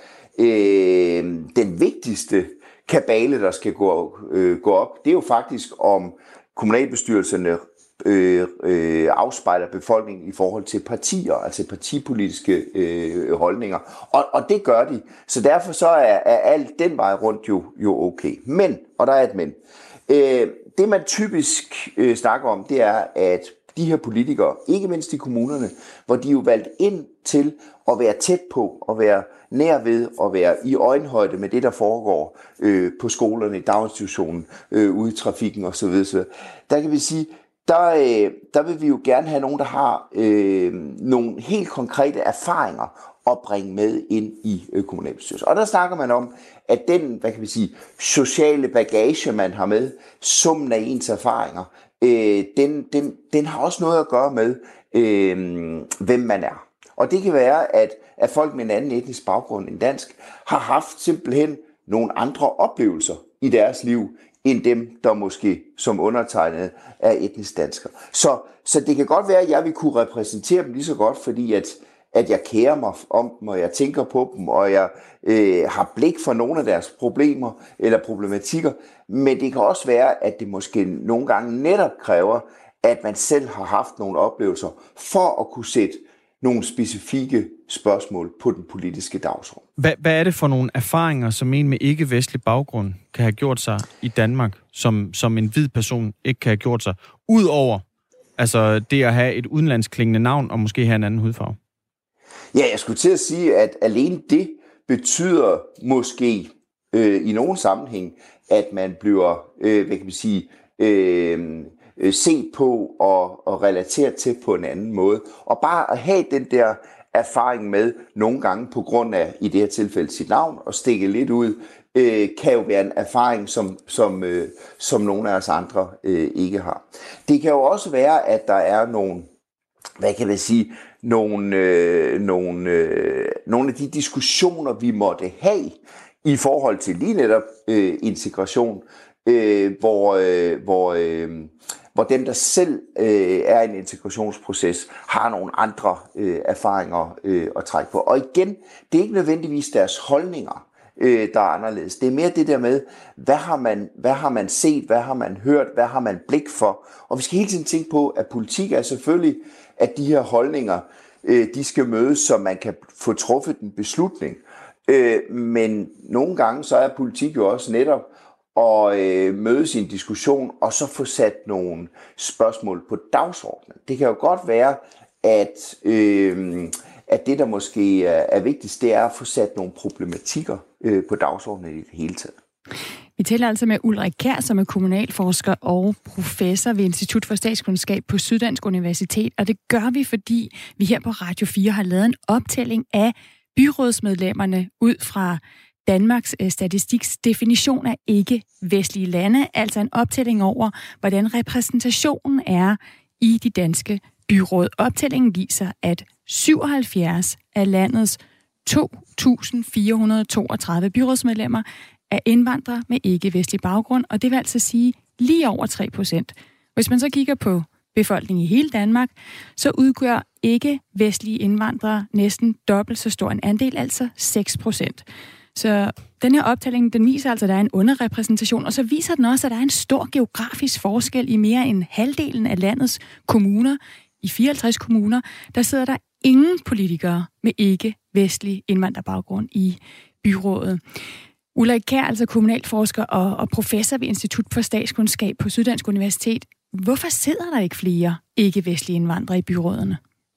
den vigtigste kabale, der skal gå op, det er jo faktisk om kommunalbestyrelserne afspejler befolkningen i forhold til partier, altså partipolitiske holdninger. Og det gør de. Så derfor så er alt den vej rundt jo okay. Men, og der er et men, det man typisk snakker om, det er, at de her politikere, ikke mindst i kommunerne, hvor de er jo valgt ind til at være tæt på, at være nær ved, at være i øjenhøjde med det, der foregår på skolerne, i daginstitutionen, ude i trafikken osv. Der kan vi sige, der vil vi jo gerne have nogen, der har nogle helt konkrete erfaringer at bringe med ind i kommunalbestyrelsen. Og der snakker man om, at den, sociale bagage, man har med, summen af ens erfaringer, den har også noget at gøre med, hvem man er. Og det kan være, at folk med en anden etnisk baggrund end dansk har haft simpelthen nogle andre oplevelser i deres liv, end dem, der måske som undertegnet er etnisk dansker. Så det kan godt være, at jeg vil kunne repræsentere dem lige så godt, fordi at jeg kærer mig om dem, og jeg tænker på dem, og jeg har blik for nogle af deres problemer eller problematikker. Men det kan også være, at det måske nogle gange netop kræver, at man selv har haft nogle oplevelser for at kunne sætte nogle specifikke spørgsmål på den politiske dagsorden. Hvad er det for nogle erfaringer, som en med ikke-vestlig baggrund kan have gjort sig i Danmark, som en hvid person ikke kan have gjort sig, udover altså det at have et udenlandsklingende navn og måske have en anden hudfarve? Ja, jeg skulle til at sige, at alene det betyder måske i nogen sammenhæng, at man bliver, set på og relateret til på en anden måde. Og bare at have den der erfaring med nogle gange på grund af, i det her tilfælde, sit navn, og stikke lidt ud, kan jo være en erfaring, som nogle af os andre ikke har. Det kan jo også være, at der er nogle, nogle af de diskussioner, vi måtte have i forhold til lige netop integration, hvor dem, der selv er i en integrationsproces, har nogle andre erfaringer at trække på. Og igen, det er ikke nødvendigvis deres holdninger, der er anderledes. Det er mere det der med, hvad har man set, hvad har man hørt, hvad har man blik for. Og vi skal hele tiden tænke på, at politik er selvfølgelig, at de her holdninger, de skal mødes, så man kan få truffet en beslutning. Men nogle gange så er politik jo også netop at mødes i en diskussion, og så få sat nogle spørgsmål på dagsordenen. Det kan jo godt være, at det, der måske er vigtigst, det er at få sat nogle problematikker på dagsordenen i det hele taget. Vi taler altså med Ulrik Kjær, som er kommunalforsker og professor ved Institut for Statskundskab på Syddansk Universitet. Og det gør vi, fordi vi her på Radio 4 har lavet en optælling af byrådsmedlemmerne ud fra Danmarks Statistiks definition af ikke-vestlige lande, altså en optælling over, hvordan repræsentationen er i de danske byråd. Optællingen viser, at 77 af landets 2.432 byrådsmedlemmer er indvandrere med ikke-vestlig baggrund, og det vil altså sige lige over 3%. Hvis man så kigger på befolkning i hele Danmark, så udgør ikke-vestlige indvandrere næsten dobbelt så stor en andel, altså 6%. Så den her optælling, den viser altså, at der er en underrepræsentation, og så viser den også, at der er en stor geografisk forskel i mere end halvdelen af landets kommuner. I 54 kommuner, der sidder der ingen politikere med ikke-vestlig indvandrerbaggrund i byrådet. Ulrik Kjær, altså kommunalforsker og professor ved Institut for Statskundskab på Syddansk Universitet. Hvorfor sidder der ikke flere ikke-vestlige indvandrere i byrådene?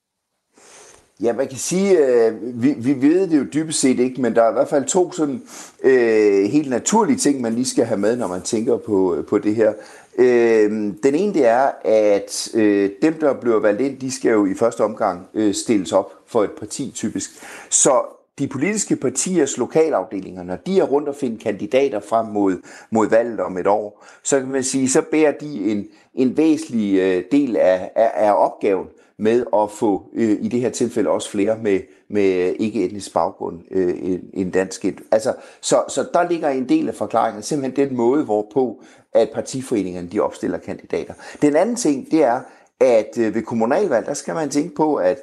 Ja, man kan sige, vi ved det jo dybest set ikke, men der er i hvert fald to sådan helt naturlige ting, man lige skal have med, når man tænker på det her. Den ene, det er, at dem, der bliver valgt ind, de skal jo i første omgang stilles op for et parti typisk. Så de politiske partiers lokalafdelinger, når de er rundt og finde kandidater frem mod valget om et år, så kan man sige, så bærer de en væsentlig del af opgaven med at få i det her tilfælde også flere med ikke-etnisk baggrund end dansk. Altså, så der ligger en del af forklaringen, simpelthen den måde, hvorpå at partiforeningerne de opstiller kandidater. Den anden ting, det er, at ved kommunalvalg, der skal man tænke på, at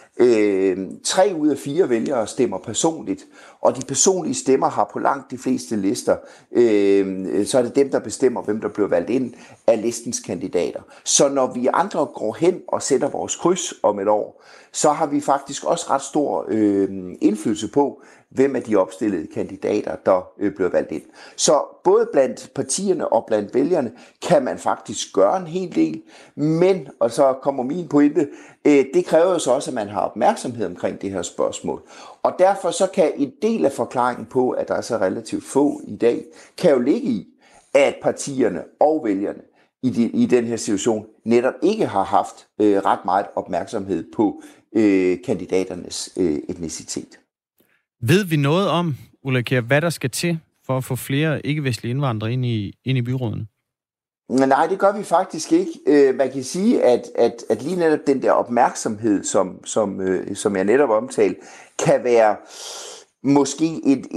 3 ud af 4 vælgere stemmer personligt, og de personlige stemmer har på langt de fleste lister, så er det dem, der bestemmer, hvem der bliver valgt ind af listens kandidater. Så når vi andre går hen og sætter vores kryds om et år, så har vi faktisk også ret stor indflydelse på, hvem af de opstillede kandidater, der bliver valgt ind. Så både blandt partierne og blandt vælgerne kan man faktisk gøre en hel del, men, og så kommer min pointe, det kræver jo så også, at man har opmærksomhed omkring det her spørgsmål. Og derfor så kan en del af forklaringen på, at der er så relativt få i dag, kan jo ligge i, at partierne og vælgerne i den her situation netop ikke har haft ret meget opmærksomhed på kandidaternes etnicitet. Ved vi noget om, Ulrik, hvad der skal til for at få flere ikke-vestlige indvandrere ind i byrådene? Nej, det gør vi faktisk ikke. Man kan sige, at lige netop den der opmærksomhed, som jeg netop omtalte, kan være måske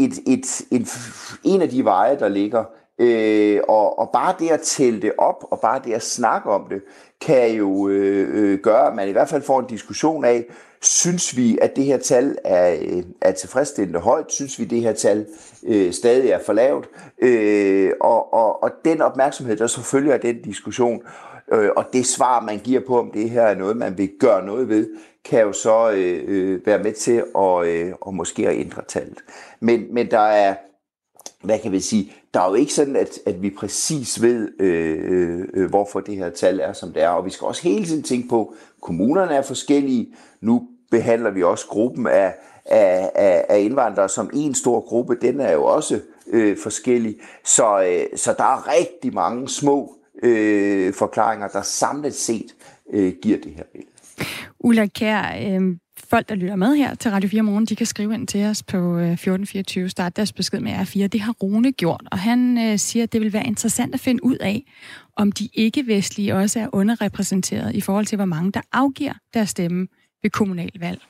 en af de veje, der ligger. Og bare det at tælle det op, og bare det at snakke om det, kan jo gøre, at man i hvert fald får en diskussion af, synes vi, at det her tal er tilfredsstillende højt? Synes vi, at det her tal stadig er for lavt? Og den opmærksomhed, der så følger af den diskussion, og det svar, man giver på, om det her er noget, man vil gøre noget ved, kan jo så være med til at måske at ændre tallet. Men der er, hvad kan vi sige, der er jo ikke sådan, at vi præcis ved, hvorfor det her tal er, som det er. Og vi skal også hele tiden tænke på, at kommunerne er forskellige. Nu behandler vi også gruppen af indvandrere som en stor gruppe. Den er jo også forskellig. Så der er rigtig mange små forklaringer, der samlet set giver det her billede. Ulrik Kjær, folk, der lytter med her til Radio 4 Morgen, de kan skrive ind til os på 1424, start deres besked med R4. Det har Rune gjort, og han siger, at det vil være interessant at finde ud af, om de ikke-vestlige også er underrepræsenteret i forhold til, hvor mange der afgiver deres stemme ved kommunalvalg.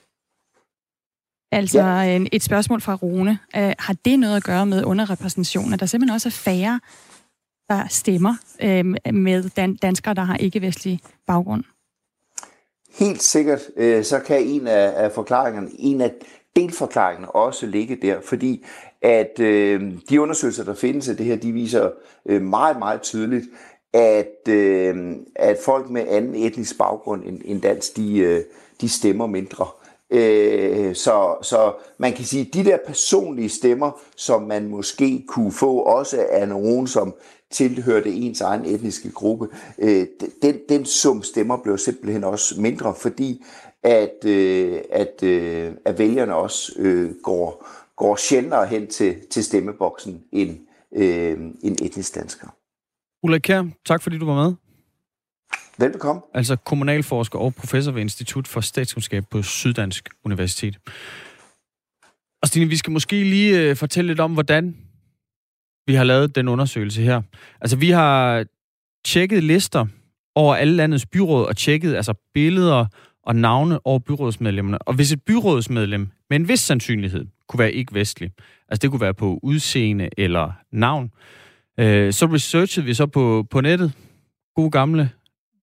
Altså et spørgsmål fra Rune. Har det noget at gøre med underrepræsentationen, at der simpelthen også er færre, der stemmer med danskere, der har ikke-vestlig baggrund? Helt sikkert, så kan en af delforklaringerne også ligge der, fordi at de undersøgelser, der findes af det her, de viser meget, meget tydeligt, at folk med anden etnisk baggrund end dansk, de stemmer mindre. Så man kan sige, at de der personlige stemmer, som man måske kunne få også af nogen, som tilhørte ens egen etniske gruppe, den sum stemmer blev simpelthen også mindre, fordi at vælgerne også går sjældnere hen til stemmeboksen end etnisk dansker. Ulrik Kjær, tak fordi du var med. Velbekomme. Altså kommunalforsker og professor ved Institut for Statskundskab på Syddansk Universitet. Og Stine, vi skal måske lige fortælle lidt om, hvordan vi har lavet den undersøgelse her. Altså vi har tjekket lister over alle landets byråd og tjekket altså billeder og navne over byrådsmedlemmerne. Og hvis et byrådsmedlem med en vis sandsynlighed kunne være ikke-vestlig, altså det kunne være på udseende eller navn, så researchede vi så på nettet, gode gamle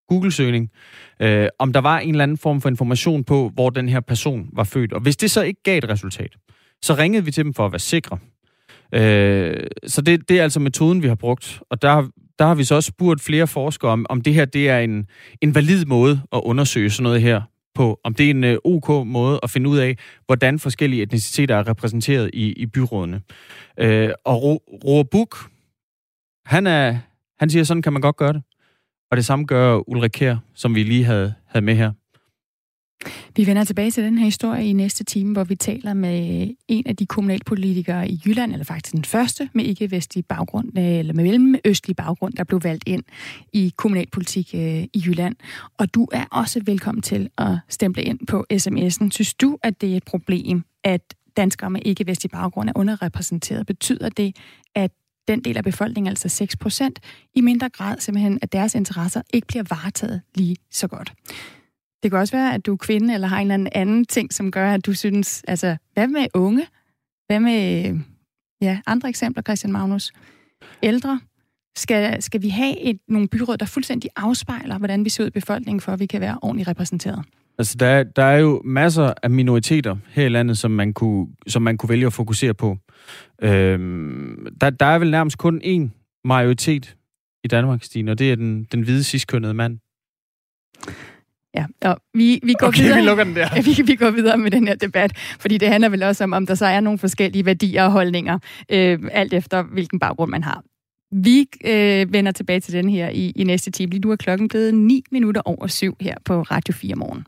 Google-søgning, om der var en eller anden form for information på, hvor den her person var født. Og hvis det så ikke gav et resultat, så ringede vi til dem for at være sikre. Så det er altså metoden, vi har brugt. Og der har vi så også spurgt flere forskere, om det her det er en valid måde at undersøge sådan noget her på. Om det er en OK måde at finde ud af, hvordan forskellige etniciteter er repræsenteret i byrådene. Og Roar Buch, han siger, sådan kan man godt gøre det. Og det samme gør Ulrik Kjær, som vi lige havde med her. Vi vender tilbage til den her historie i næste time, hvor vi taler med en af de kommunalpolitikere i Jylland, eller faktisk den første med ikke-vestlig baggrund, eller med mellemøstlig baggrund, der blev valgt ind i kommunalpolitik i Jylland. Og du er også velkommen til at stemple ind på sms'en. Synes du, at det er et problem, at danskere med ikke-vestlig baggrund er underrepræsenteret? Betyder det, at den del af befolkningen, altså 6%, i mindre grad simpelthen, at deres interesser ikke bliver varetaget lige så godt? Det kan også være, at du er kvinde, eller har en eller anden ting, som gør, at du synes, altså, hvad med unge? Hvad med, andre eksempler, Christian Magnus? Ældre? Skal vi have nogle byråd, der fuldstændig afspejler, hvordan vi ser ud i befolkningen, for at vi kan være ordentligt repræsenteret? Altså, der er jo masser af minoriteter her i landet, som man kunne vælge at fokusere på. Der er vel nærmest kun én majoritet i Danmark, Stine, og det er den hvide cis-kønnede mand. Ja, og vi går videre. Vi lukker den der. Vi går videre med den her debat, fordi det handler vel også om der så er nogle forskellige værdier og holdninger, alt efter hvilken baggrund man har. Vi vender tilbage til den her i næste time. Nu er klokken blevet 7:09 her på Radio 4 Morgen.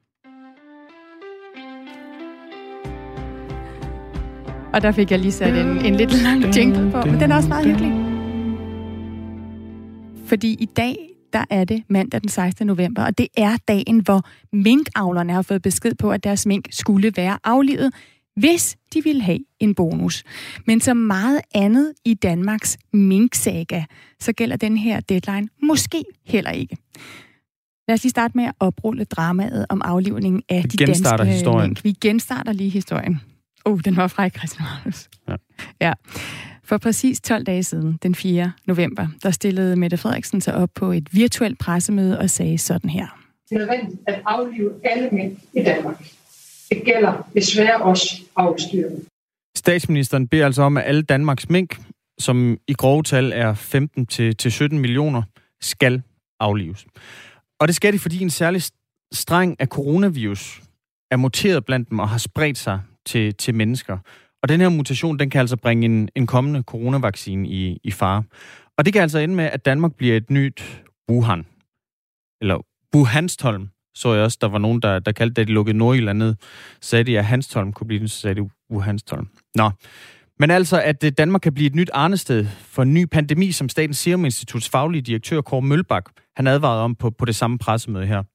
Og der fik jeg lige sat en lidt lang jingle på, men den er også meget hyggelig. Fordi i dag, der er det mandag den 16. november, og det er dagen, hvor minkavlerne har fået besked på, at deres mink skulle være aflivet, hvis de ville have en bonus. Men som meget andet i Danmarks minksaga, så gælder den her deadline måske heller ikke. Lad os lige starte med at oprulle dramaet om aflivningen af de danske mink. Vi genstarter lige historien. Den var fræk, Christian Magnus. Ja. For præcis 12 dage siden, den 4. november, der stillede Mette Frederiksen sig op på et virtuelt pressemøde og sagde sådan her. Det er nødvendigt at aflive alle mink i Danmark. Det gælder desværre også avlsdyrene. Statsministeren beder altså om, at alle Danmarks mink, som i grove tal er 15-17 millioner, skal aflives. Og det skal de, fordi en særlig streng af coronavirus er muteret blandt dem og har spredt sig til mennesker. Og den her mutation, den kan altså bringe en kommende coronavaccine i fare. Og det kan altså ende med, at Danmark bliver et nyt Wuhan. Eller Wuhanstholm, så jeg også. Der var nogen, der kaldte det, de lukkede Nordjylland ned. Sagde de, at Hanstholm kunne blive den, så sagde de Wuhanstholm. Nå. Men altså, at Danmark kan blive et nyt arnested for en ny pandemi, som Statens Serum Instituts faglige direktør, Kåre Mølbak, han advarede om på det samme pressemøde her.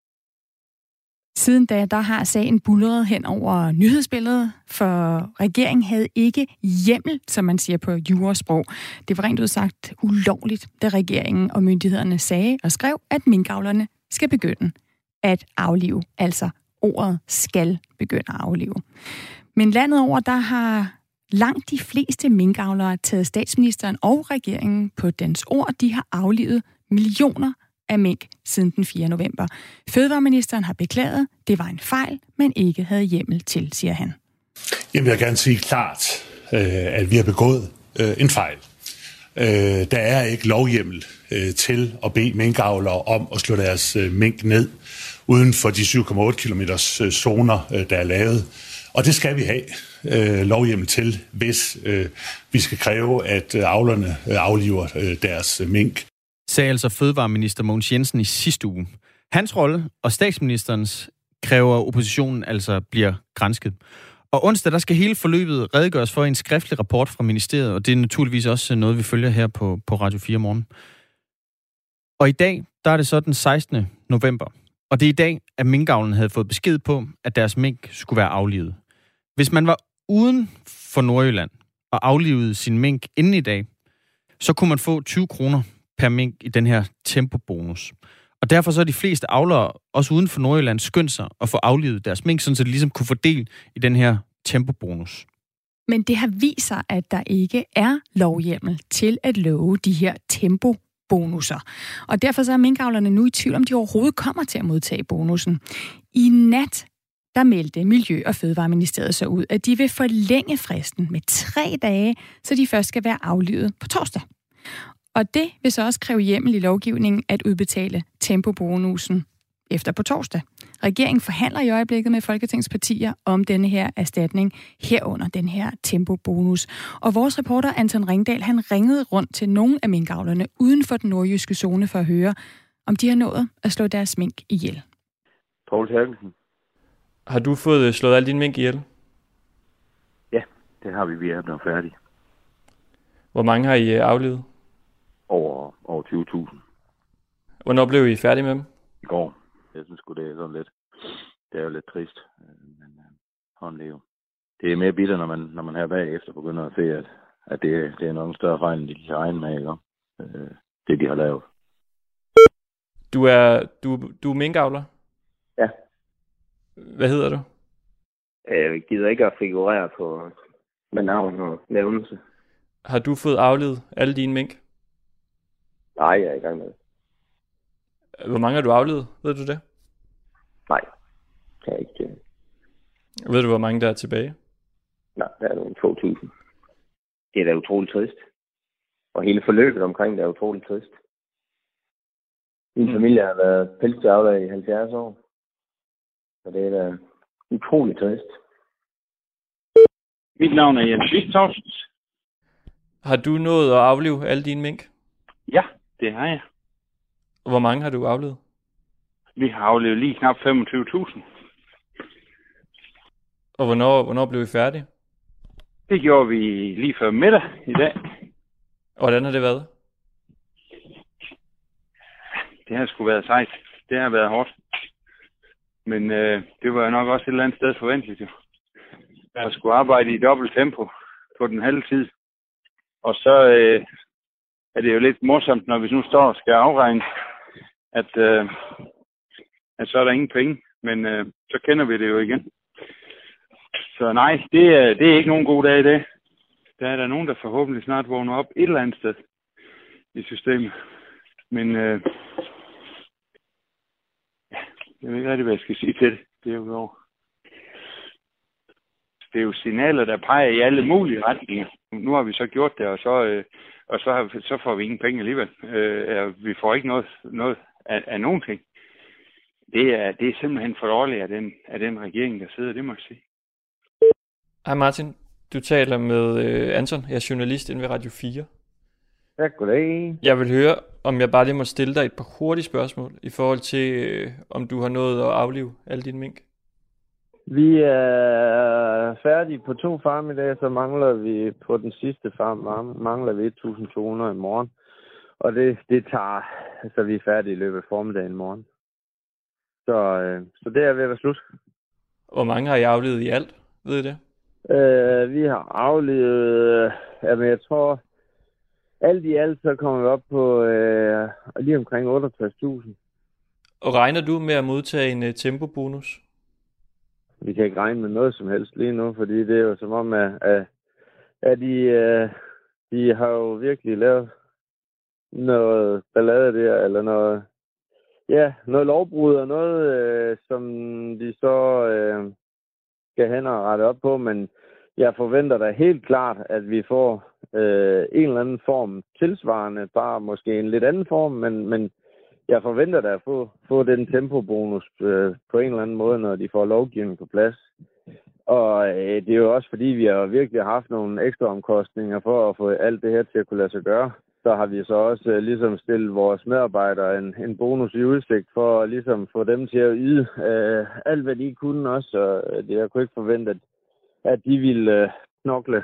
Siden da, der har sagen buldret hen over nyhedsbilledet, for regeringen havde ikke hjemmel, som man siger på jurasprog. Det var rent udsagt ulovligt, da regeringen og myndighederne sagde og skrev, at minkavlerne skal begynde at aflive. Altså ordet skal begynde at aflive. Men landet over, der har langt de fleste minkavlere taget statsministeren og regeringen på dens ord. De har aflivet millioner af mink siden den 4. november. Fødevareministeren har beklaget, det var en fejl, men ikke havde hjemmel til, siger han. Jeg vil gerne sige klart, at vi har begået en fejl. Der er ikke lovhjemmel til at bede minkavlere om at slå deres mink ned uden for de 7,8 kilometers zoner, der er lavet. Og det skal vi have lovhjemmel til, hvis vi skal kræve, at avlerne afliver deres mink. Sagde altså fødevareminister Mogens Jensen i sidste uge. Hans rolle og statsministerens kræver oppositionen altså bliver gransket. Og onsdag, der skal hele forløbet redegøres for en skriftlig rapport fra ministeriet, og det er naturligvis også noget, vi følger her på Radio 4 Morgen. Og i dag, der er det så den 16. november. Og det er i dag, at minkavlerne havde fået besked på, at deres mink skulle være aflivet. Hvis man var uden for Nordjylland og aflivede sin mink inden i dag, så kunne man få 20 kroner per mink i den her tempobonus. Og derfor så er de fleste avlere, også uden for Nordjylland, skyndt sig at få aflivet deres mink, sådan så de ligesom kunne få del i den her tempobonus. Men det har vist sig, at der ikke er lovhjemmel til at love de her bonusser. Og derfor så er minkavlerne nu i tvivl, om de overhovedet kommer til at modtage bonussen. I nat der meldte Miljø- og Fødevareministeriet så ud, at de vil forlænge fristen med 3 dage, så de først skal være aflivet på torsdag. Og det vil så også kræve hjemmel i lovgivningen at udbetale tempobonussen efter på torsdag. Regeringen forhandler i øjeblikket med Folketingets partier om denne her erstatning, herunder den her tempobonus. Og vores reporter Anton Ringdal, han ringede rundt til nogle af minkavlerne uden for den nordjyske zone for at høre, om de har nået at slå deres mink ihjel. Poul Terkelsen. Har du fået slået alle dine mink ihjel? Ja, det har vi. Vi er blevet færdige. Hvor mange har I aflevet? Over 20.000. Hvornår blev I færdige med dem? I går. Jeg synes sgu, det er sådan lidt. Det er jo lidt trist. Men sådan det jo. Det er mere bitter, når man her bagefter begynder at se, at det er nok en større fejl, end de kan regne med, ikke? Det, de har lavet. Du er minkavler? Ja. Hvad hedder du? Jeg gider ikke at figurere på med navn og nævnelse. Har du fået aflevet alle dine mink? Nej, jeg er i gang med det. Hvor mange har du aflevet? Ved du det? Nej, kan jeg ikke. Ved du, hvor mange der er tilbage? Nej, der er nogle 2.000. Det er da utroligt trist. Og hele forløbet omkring det er utroligt trist. Min familie har været pelsavler i 70 år. Så det er da utroligt trist. Mit navn er Jens Vigtoft. Har du nået at aflive alle dine mink? Ja, det har jeg. Hvor mange har du aflevet? Vi har aflevet lige knap 25.000. Og hvornår blev I færdige? Det gjorde vi lige før middag i dag. Og hvordan har det været? Det har sgu været sejt. Det har været hårdt. Men det var jo nok også et eller andet sted forventeligt. Jeg skulle arbejde i dobbelt tempo på den halve tid. Og så er det jo lidt morsomt, når vi nu står og skal afregne, at så er der ingen penge. Men så kender vi det jo igen. Så nej, det er ikke nogen god dag i dag. Der er der nogen, der forhåbentlig snart vågner op et eller andet sted i systemet. Men jeg ved ikke rigtig, hvad jeg skal sige til det. Det er jo signaler, der peger i alle mulige retninger. Nu har vi så gjort det, og så får vi ingen penge alligevel. Vi får ikke noget af nogen ting. Det er simpelthen for dårligt af den regering, der sidder, det må jeg sige. Hej Martin, du taler med Anton. Jeg er journalist inde ved Radio 4. Ja, goddag. Jeg vil høre, om jeg bare lige må stille dig et par hurtige spørgsmål i forhold til, om du har nået at aflive alle dine mink. Vi er færdige på 2 farme i dag, så mangler vi på den sidste farm, mangler vi 1.200 i morgen. Og det tager, så vi er færdige i løbet af formiddagen i morgen. Så det er ved at være slut. Hvor mange har I aflevet i alt? Ved I det? Vi har aflevet, jeg tror, alt i alt, så kommer vi op på lige omkring 68.000. Og regner du med at modtage en tempobonus? Vi kan ikke regne med noget som helst lige nu, fordi det er jo som om, at de har jo virkelig lavet noget ballade der, eller noget lovbrud og noget, som de så skal hen og rette op på, men jeg forventer da helt klart, at vi får en eller anden form tilsvarende, bare måske en lidt anden form, men jeg forventer da at få den tempobonus på en eller anden måde, når de får lovgivning på plads. Og det er jo også fordi, vi har virkelig haft nogle ekstra omkostninger for at få alt det her til at kunne lade sig gøre. Så har vi så også ligesom stillet vores medarbejdere en bonus i udsigt for at ligesom få dem til at yde alt, hvad de kunne også. Og jeg kunne ikke forvente, at de ville knokle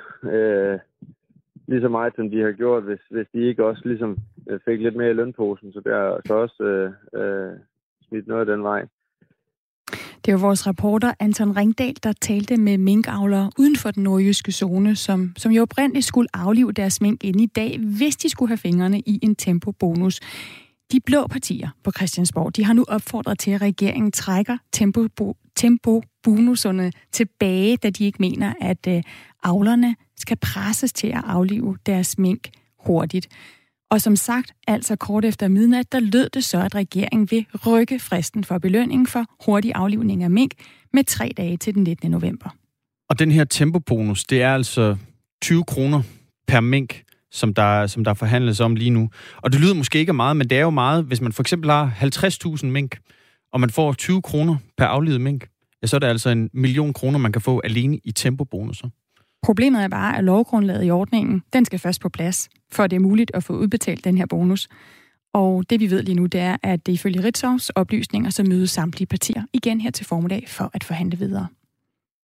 lige så meget, som de har gjort, hvis de ikke også ligesom fik lidt mere i lønposen. Så der er så også smidt noget den vej. Det er jo vores reporter Anton Ringdal, der talte med minkavlere uden for den nordjyske zone, som jo oprindeligt skulle aflive deres mink ind i dag, hvis de skulle have fingrene i en tempobonus. De blå partier på Christiansborg, de har nu opfordret til, at regeringen trækker tempobonuserne tilbage, da de ikke mener, at avlerne skal presses til at aflive deres mink hurtigt. Og som sagt, altså kort efter midnat, der lød det så, at regeringen vil rykke fristen for belønning for hurtig aflivning af mink med 3 dage til den 19. november. Og den her tempobonus, det er altså 20 kroner per mink, som der forhandles om lige nu. Og det lyder måske ikke meget, men det er jo meget, hvis man for eksempel har 50.000 mink, og man får 20 kroner per aflivet mink, ja, så er det altså 1 million kroner, man kan få alene i tempobonusser. Problemet er bare, at lovgrundlaget i ordningen, den skal først på plads, for det er muligt at få udbetalt den her bonus. Og det vi ved lige nu, det er, at det ifølge Ritzaus oplysninger, så mødes samtlige partier igen her til formiddag for at forhandle videre.